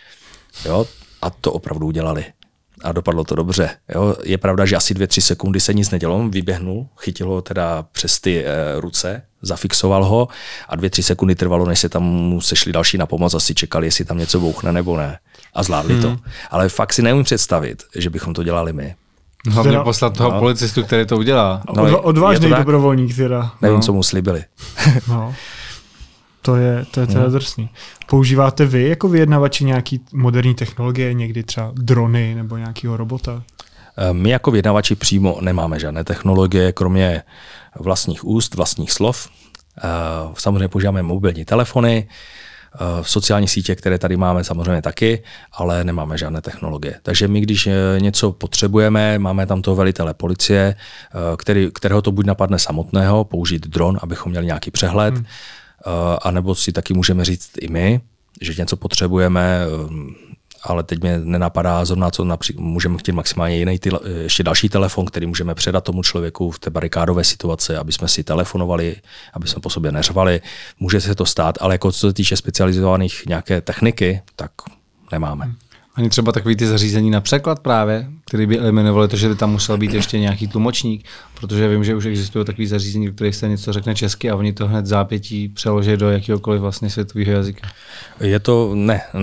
Jo? A to opravdu udělali. A dopadlo to dobře. Jo? Je pravda, že asi 2-3 sekundy se nic nedělo, vyběhnul, chytil ho teda přes ty ruce, zafixoval ho a 2-3 sekundy trvalo, než se tam mu sešli další na pomoc, asi čekali, jestli tam něco bouchne nebo ne. A zvládli to. Ale fakt si neumím představit, že bychom to dělali my. Hlavně poslat toho policistu, který to udělá. No, odvážný dobrovolník teda. Nevím, co mu slíbili. No. To je teda drsný. Používáte vy jako vyjednavači nějaký moderní technologie, někdy třeba drony nebo nějakého robota? My jako vyjednavači přímo nemáme žádné technologie, kromě vlastních úst, vlastních slov. Samozřejmě používáme mobilní telefony, sociální sítě, které tady máme samozřejmě taky, ale nemáme žádné technologie. Takže my, když něco potřebujeme, máme tam toho velitele policie, kterého to buď napadne samotného, použít dron, abychom měli nějaký přehled, a nebo si taky můžeme říct i my, že něco potřebujeme, ale teď mě nenapadá zrovna, co můžeme chtít maximálně jiný, ještě další telefon, který můžeme předat tomu člověku v té barikádové situaci, aby jsme si telefonovali, aby jsme po sobě neřvali. Může se to stát, ale jako co se týče specializovaných nějaké techniky, tak nemáme. Ani třeba takový ty zařízení na překlad právě, který by eliminovali to, že by tam musel být ještě nějaký tlumočník, protože vím, že už existují takový zařízení, v kterých se něco řekne česky a oni to hned zápětí přeloží do jakéhokoliv vlastně světového jazyka. Je to,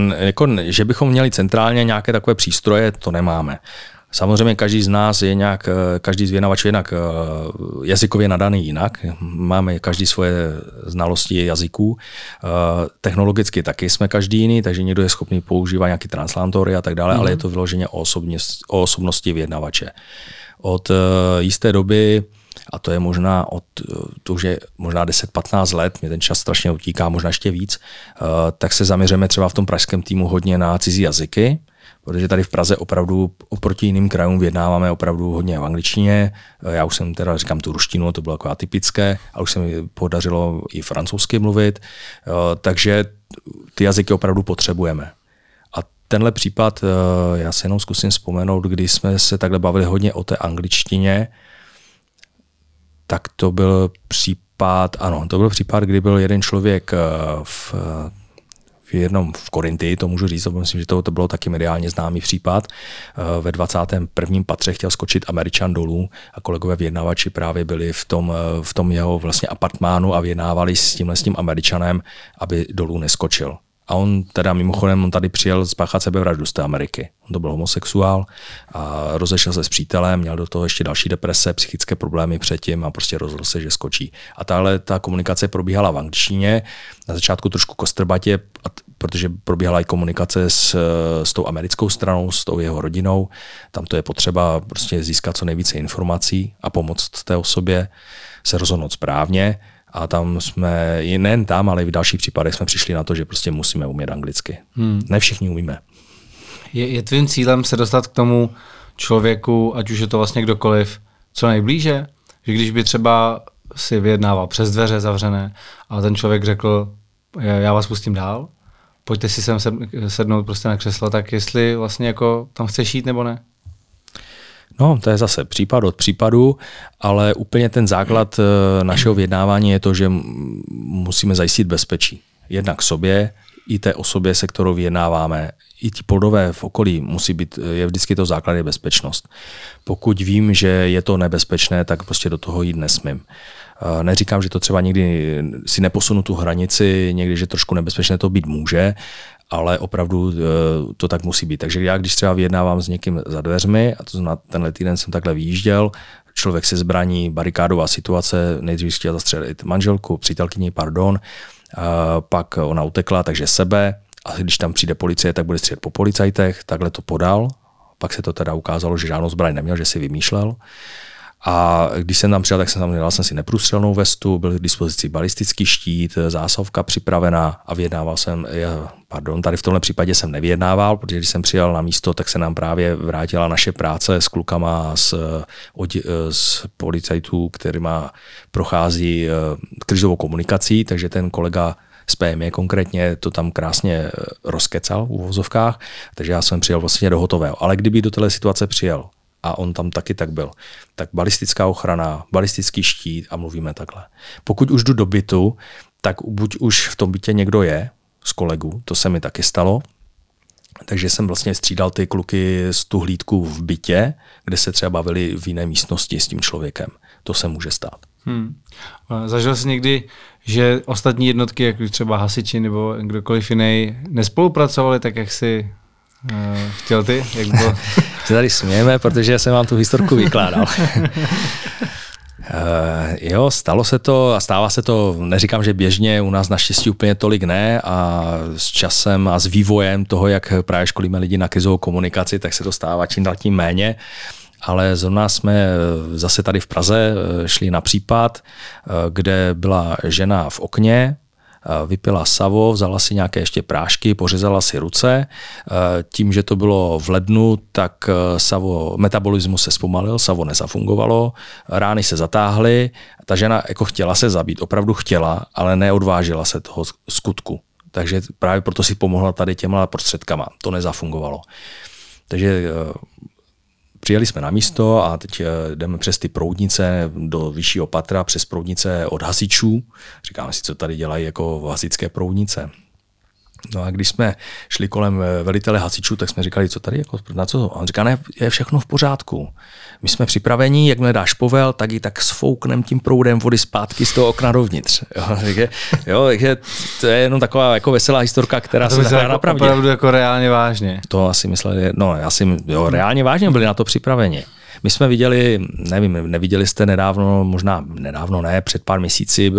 že bychom měli centrálně nějaké takové přístroje, to nemáme. Samozřejmě každý z nás je nějak, každý z vyjednavačů je jinak jazykově nadaný jinak. Máme každý svoje znalosti jazyků. Technologicky taky jsme každý jiný, takže někdo je schopný používat nějaký translátory a tak dále, ale je to vyloženě o osobnosti vyjednavače. Od jisté doby, a to je možná to už je možná 10-15 let, mě ten čas strašně utíká, možná ještě víc, tak se zaměříme třeba v tom pražském týmu hodně na cizí jazyky, protože tady v Praze opravdu oproti jiným krajům vyjednáváme opravdu hodně v angličtině. Já už jsem teda říkám tu ruštinu, to bylo jako atypické, a už se mi podařilo i francouzsky mluvit, takže ty jazyky opravdu potřebujeme. A tenhle případ, já se jenom zkusím vzpomenout, kdy jsme se takhle bavili hodně o té angličtině, tak to byl případ, kdy byl jeden člověk v Korintii, to můžu říct, myslím, že to bylo taky mediálně známý případ. Ve 21. patře chtěl skočit Američan dolů a kolegové vyjednavači právě byli v tom jeho vlastně apartmánu a vyjednávali s tím Američanem, aby dolů neskočil. A on teda mimochodem, on tady přijel spáchat sebevraždu z té Ameriky. On to byl homosexuál a rozešel se s přítelem, měl do toho ještě další deprese, psychické problémy předtím a prostě rozhodl se, že skočí. A ta komunikace probíhala v angličtině, na začátku trošku kostrbatě, protože probíhala i komunikace s tou americkou stranou, s tou jeho rodinou. Tam to je potřeba prostě získat co nejvíce informací a pomoct té osobě se rozhodnout správně. A tam jsme, nejen tam, ale i v dalších případech jsme přišli na to, že prostě musíme umět anglicky. Ne všichni umíme. Je tvým cílem se dostat k tomu člověku, ať už je to vlastně kdokoliv, co nejblíže? Že když by třeba si vyjednával přes dveře zavřené a ten člověk řekl, já vás pustím dál, pojďte si sem sednout prostě na křeslo, tak jestli vlastně jako tam chceš jít nebo ne? No, to je zase případ od případu, ale úplně ten základ našeho vyjednávání je to, že musíme zajistit bezpečí. Jednak sobě, i té osobě, se kterou vyjednáváme, i ti plodové v okolí musí být, je vždycky to základ je bezpečnost. Pokud vím, že je to nebezpečné, tak prostě do toho jít nesmím. Neříkám, že to třeba někdy si neposunu tu hranici, někdy, že trošku nebezpečné to být může, ale opravdu to tak musí být. Takže já, když třeba vyjednávám s někým za dveřmi, a to znamená, tenhle týden jsem takhle vyjížděl, člověk se zbraní, barikádová situace, nejdřív chtěl zastřelit manželku, přítelkyni, pak ona utekla, takže sebe, a když tam přijde policie, tak bude střílet po policajtech, takhle to podal, pak se to teda ukázalo, že žádnou zbraň neměl, že si vymýšlel. A když jsem tam přijel, tak dal jsem si neprůstřelnou vestu, byl k dispozici balistický štít, zásuvka připravená a vyjednával jsem, tady v tomhle případě jsem nevyjednával, protože když jsem přijel na místo, tak se nám právě vrátila naše práce s klukama z policajtů, kterýma prochází krizovou komunikací, takže ten kolega z PME konkrétně to tam krásně rozkecal v uvozovkách, takže já jsem přijel vlastně do hotového. Ale kdyby do téhle situace přijel, a on tam taky tak byl, tak balistická ochrana, balistický štít a mluvíme takhle. Pokud už jdu do bytu, tak buď už v tom bytě někdo je z kolegů, to se mi taky stalo, takže jsem vlastně střídal ty kluky z tu hlídku v bytě, kde se třeba bavili v jiné místnosti s tím člověkem. To se může stát. Zažil jsi někdy, že ostatní jednotky, jak třeba hasiči nebo kdokoliv jiný, nespolupracovali tak, jak si chtěl ty? Jak bylo? Se tady smějeme, protože jsem vám tu historku vykládal. Jo, stalo se to a stává se to, neříkám, že běžně, u nás naštěstí úplně tolik ne a s časem a s vývojem toho, jak právě školíme lidi na krizovou komunikaci, tak se to stává čím dál tím méně. Ale zrovna jsme zase tady v Praze šli na případ, kde byla žena v okně, vypila savo, vzala si nějaké ještě prášky, pořezala si ruce. Tím, že to bylo v lednu, tak metabolismus se zpomalil, savo nezafungovalo, rány se zatáhly. Ta žena jako chtěla se zabít, opravdu chtěla, ale neodvážila se toho skutku. Takže právě proto si pomohla tady těma prostředkama. To nezafungovalo. Takže přijeli jsme na místo a teď jdeme přes ty proudnice do vyššího patra, přes proudnice od hasičů. Říkáme si, co tady dělají jako hasičské proudnice. No a když jsme šli kolem velitele hasičů, tak jsme říkali, co tady, jako, na co? A on říká, ne, je všechno v pořádku. My jsme připraveni, jakmile dáš povel, tak ji tak sfouknem tím proudem vody zpátky z toho okna dovnitř. Takže to je jenom taková jako veselá historka, která se zahrá na pravdě. Opravdu jako reálně vážně. To asi mysleli, reálně vážně byli na to připraveni. My jsme viděli, nevím, neviděli jste nedávno, možná nedávno ne, před pár měsíci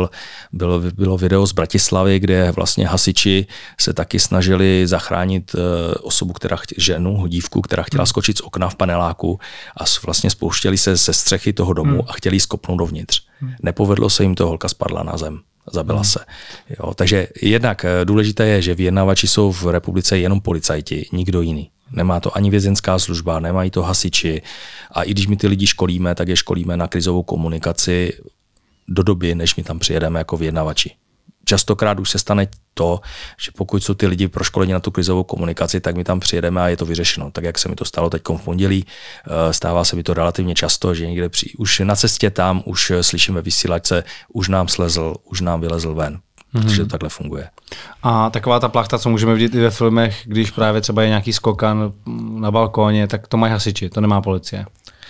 bylo video z Bratislavy, kde vlastně hasiči se taky snažili zachránit osobu, ženu, dívku, která chtěla skočit z okna v paneláku a vlastně spouštěli se ze střechy toho domu a chtěli skopnout dovnitř. Nepovedlo se jim to, holka spadla na zem. Zabila se. Jo, takže jednak důležité je, že vyjednavači jsou v republice jenom policajti, nikdo jiný. Nemá to ani vězenská služba, nemají to hasiči a i když my ty lidi školíme, tak je školíme na krizovou komunikaci do doby, než my tam přijedeme jako vyjednavači. Častokrát už se stane to, že pokud jsou ty lidi proškoleni na tu krizovou komunikaci, tak my tam přijedeme a je to vyřešeno. Tak jak se mi to stalo teď v pondělí, stává se mi to relativně často, že někde už na cestě tam už slyším ve vysílačce, už nám slezl, už nám vylezl ven. Protože to takhle funguje. A taková ta plachta, co můžeme vidět i ve filmech, když právě třeba je nějaký skokan na balkóně, tak to mají hasiči, to nemá policie.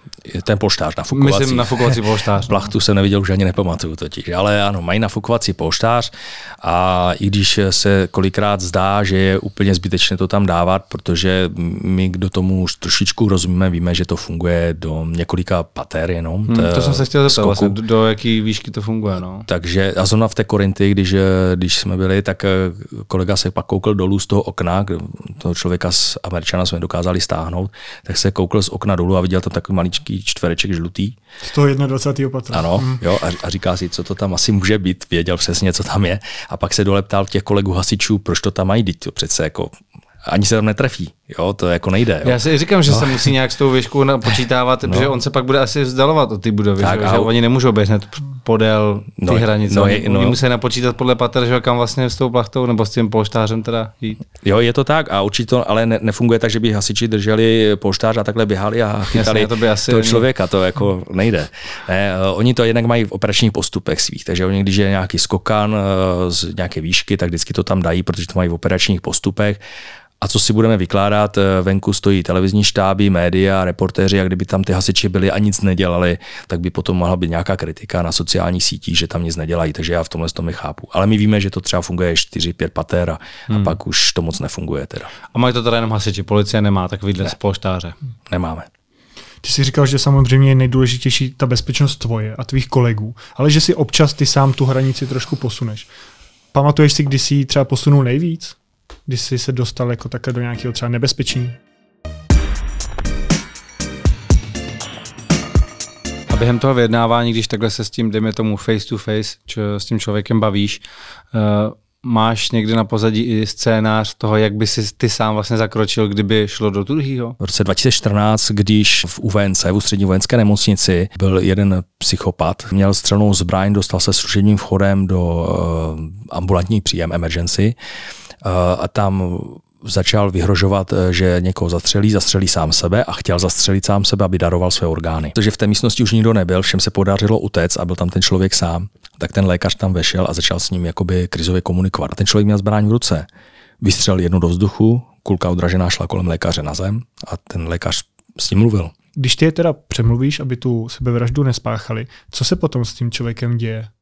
ten polštář nafukovací. Myslím nafukovací polštář. Plachtu jsem neviděl, už ani nepamatuju totiž, ale ano, mají nafukovací polštář a i když se kolikrát zdá, že je úplně zbytečné to tam dávat, protože my, kdo tomu už trošičku rozumíme, víme, že to funguje do několika pater jenom. To jsem se chtěl zeptat, vlastně, do jaký výšky to funguje. No. Takže a zrovna v té Korinty, když jsme byli, tak kolega se pak koukl dolů z toho okna, toho člověka z Američana jsme dokázali stáhnout, tak se koukl z okna dolů a viděl tam takový maličký čtvereček žlutý. Z toho 21. patra. Ano, jo, a říká si, co to tam asi může být, věděl přesně, co tam je. A pak se dole ptal těch kolegů hasičů, proč to tam mají, teď to přece jako ani se tam netrefí, jo, to jako nejde. Jo. Já si říkám, že se musí nějak s tou výškou počítávat, protože on se pak bude asi vzdalovat od té budovy, tak, že oni nemůžou být hned podél ty hranice. Oni musí napočítat podle pater, že kam vlastně s tou plachtou nebo s tím polštářem teda jít. Jo, je to tak a určitě to ale nefunguje tak, že by hasiči drželi polštář a takhle běhali a chytali jasně, toho člověka, to jako nejde. Ne, oni to jednak mají v operačních postupech svých, takže oni, když je nějaký skokan z nějaké výšky, tak vždycky to tam dají, protože to mají v operačních postupech. A co si budeme vykládat, venku stojí televizní štáby, média, reportéři a kdyby tam ty hasiči byli a nic nedělali, tak by potom mohla být nějaká kritika na sociálních sítích, že tam nic nedělají, takže já v tomhle tom chápu. Ale my víme, že to třeba funguje 4-5 pater a pak už to moc nefunguje teda. A mají to teda jenom hasiči, policie nemá takovýhle polštáře? Nemáme. Ty jsi říkal, že samozřejmě je nejdůležitější ta bezpečnost tvoje a tvých kolegů, ale že si občas ty sám tu hranici trošku posuneš. Pamatuješ si, kdy jsi třeba posunul nejvíc? Když jsi se dostal jako takhle do nějakého třeba nebezpečí? A během toho vyjednávání, když takhle se s tím, dejme tomu face to face, s tím člověkem bavíš, máš někdy na pozadí i scénář toho, jak by si ty sám vlastně zakročil, kdyby šlo do druhého? V roce 2014, když v UVNC, v Ústřední vojenské nemocnici, byl jeden psychopat, měl střelnou zbraň, dostal se služebním vchodem do ambulantní příjem emergency a tam začal vyhrožovat, že někoho zastřelí sám sebe a chtěl zastřelit sám sebe, aby daroval své orgány. Protože v té místnosti už nikdo nebyl, všem se podařilo utéct a byl tam ten člověk sám, tak ten lékař tam vešel a začal s ním jakoby krizově komunikovat. A ten člověk měl zbraň v ruce. Vystřelil jednu do vzduchu, kulka odražená šla kolem lékaře na zem a ten lékař s ním mluvil. Když ty je teda přemluvíš, aby tu sebevraždu nespáchali, co se potom s tím člověkem děje?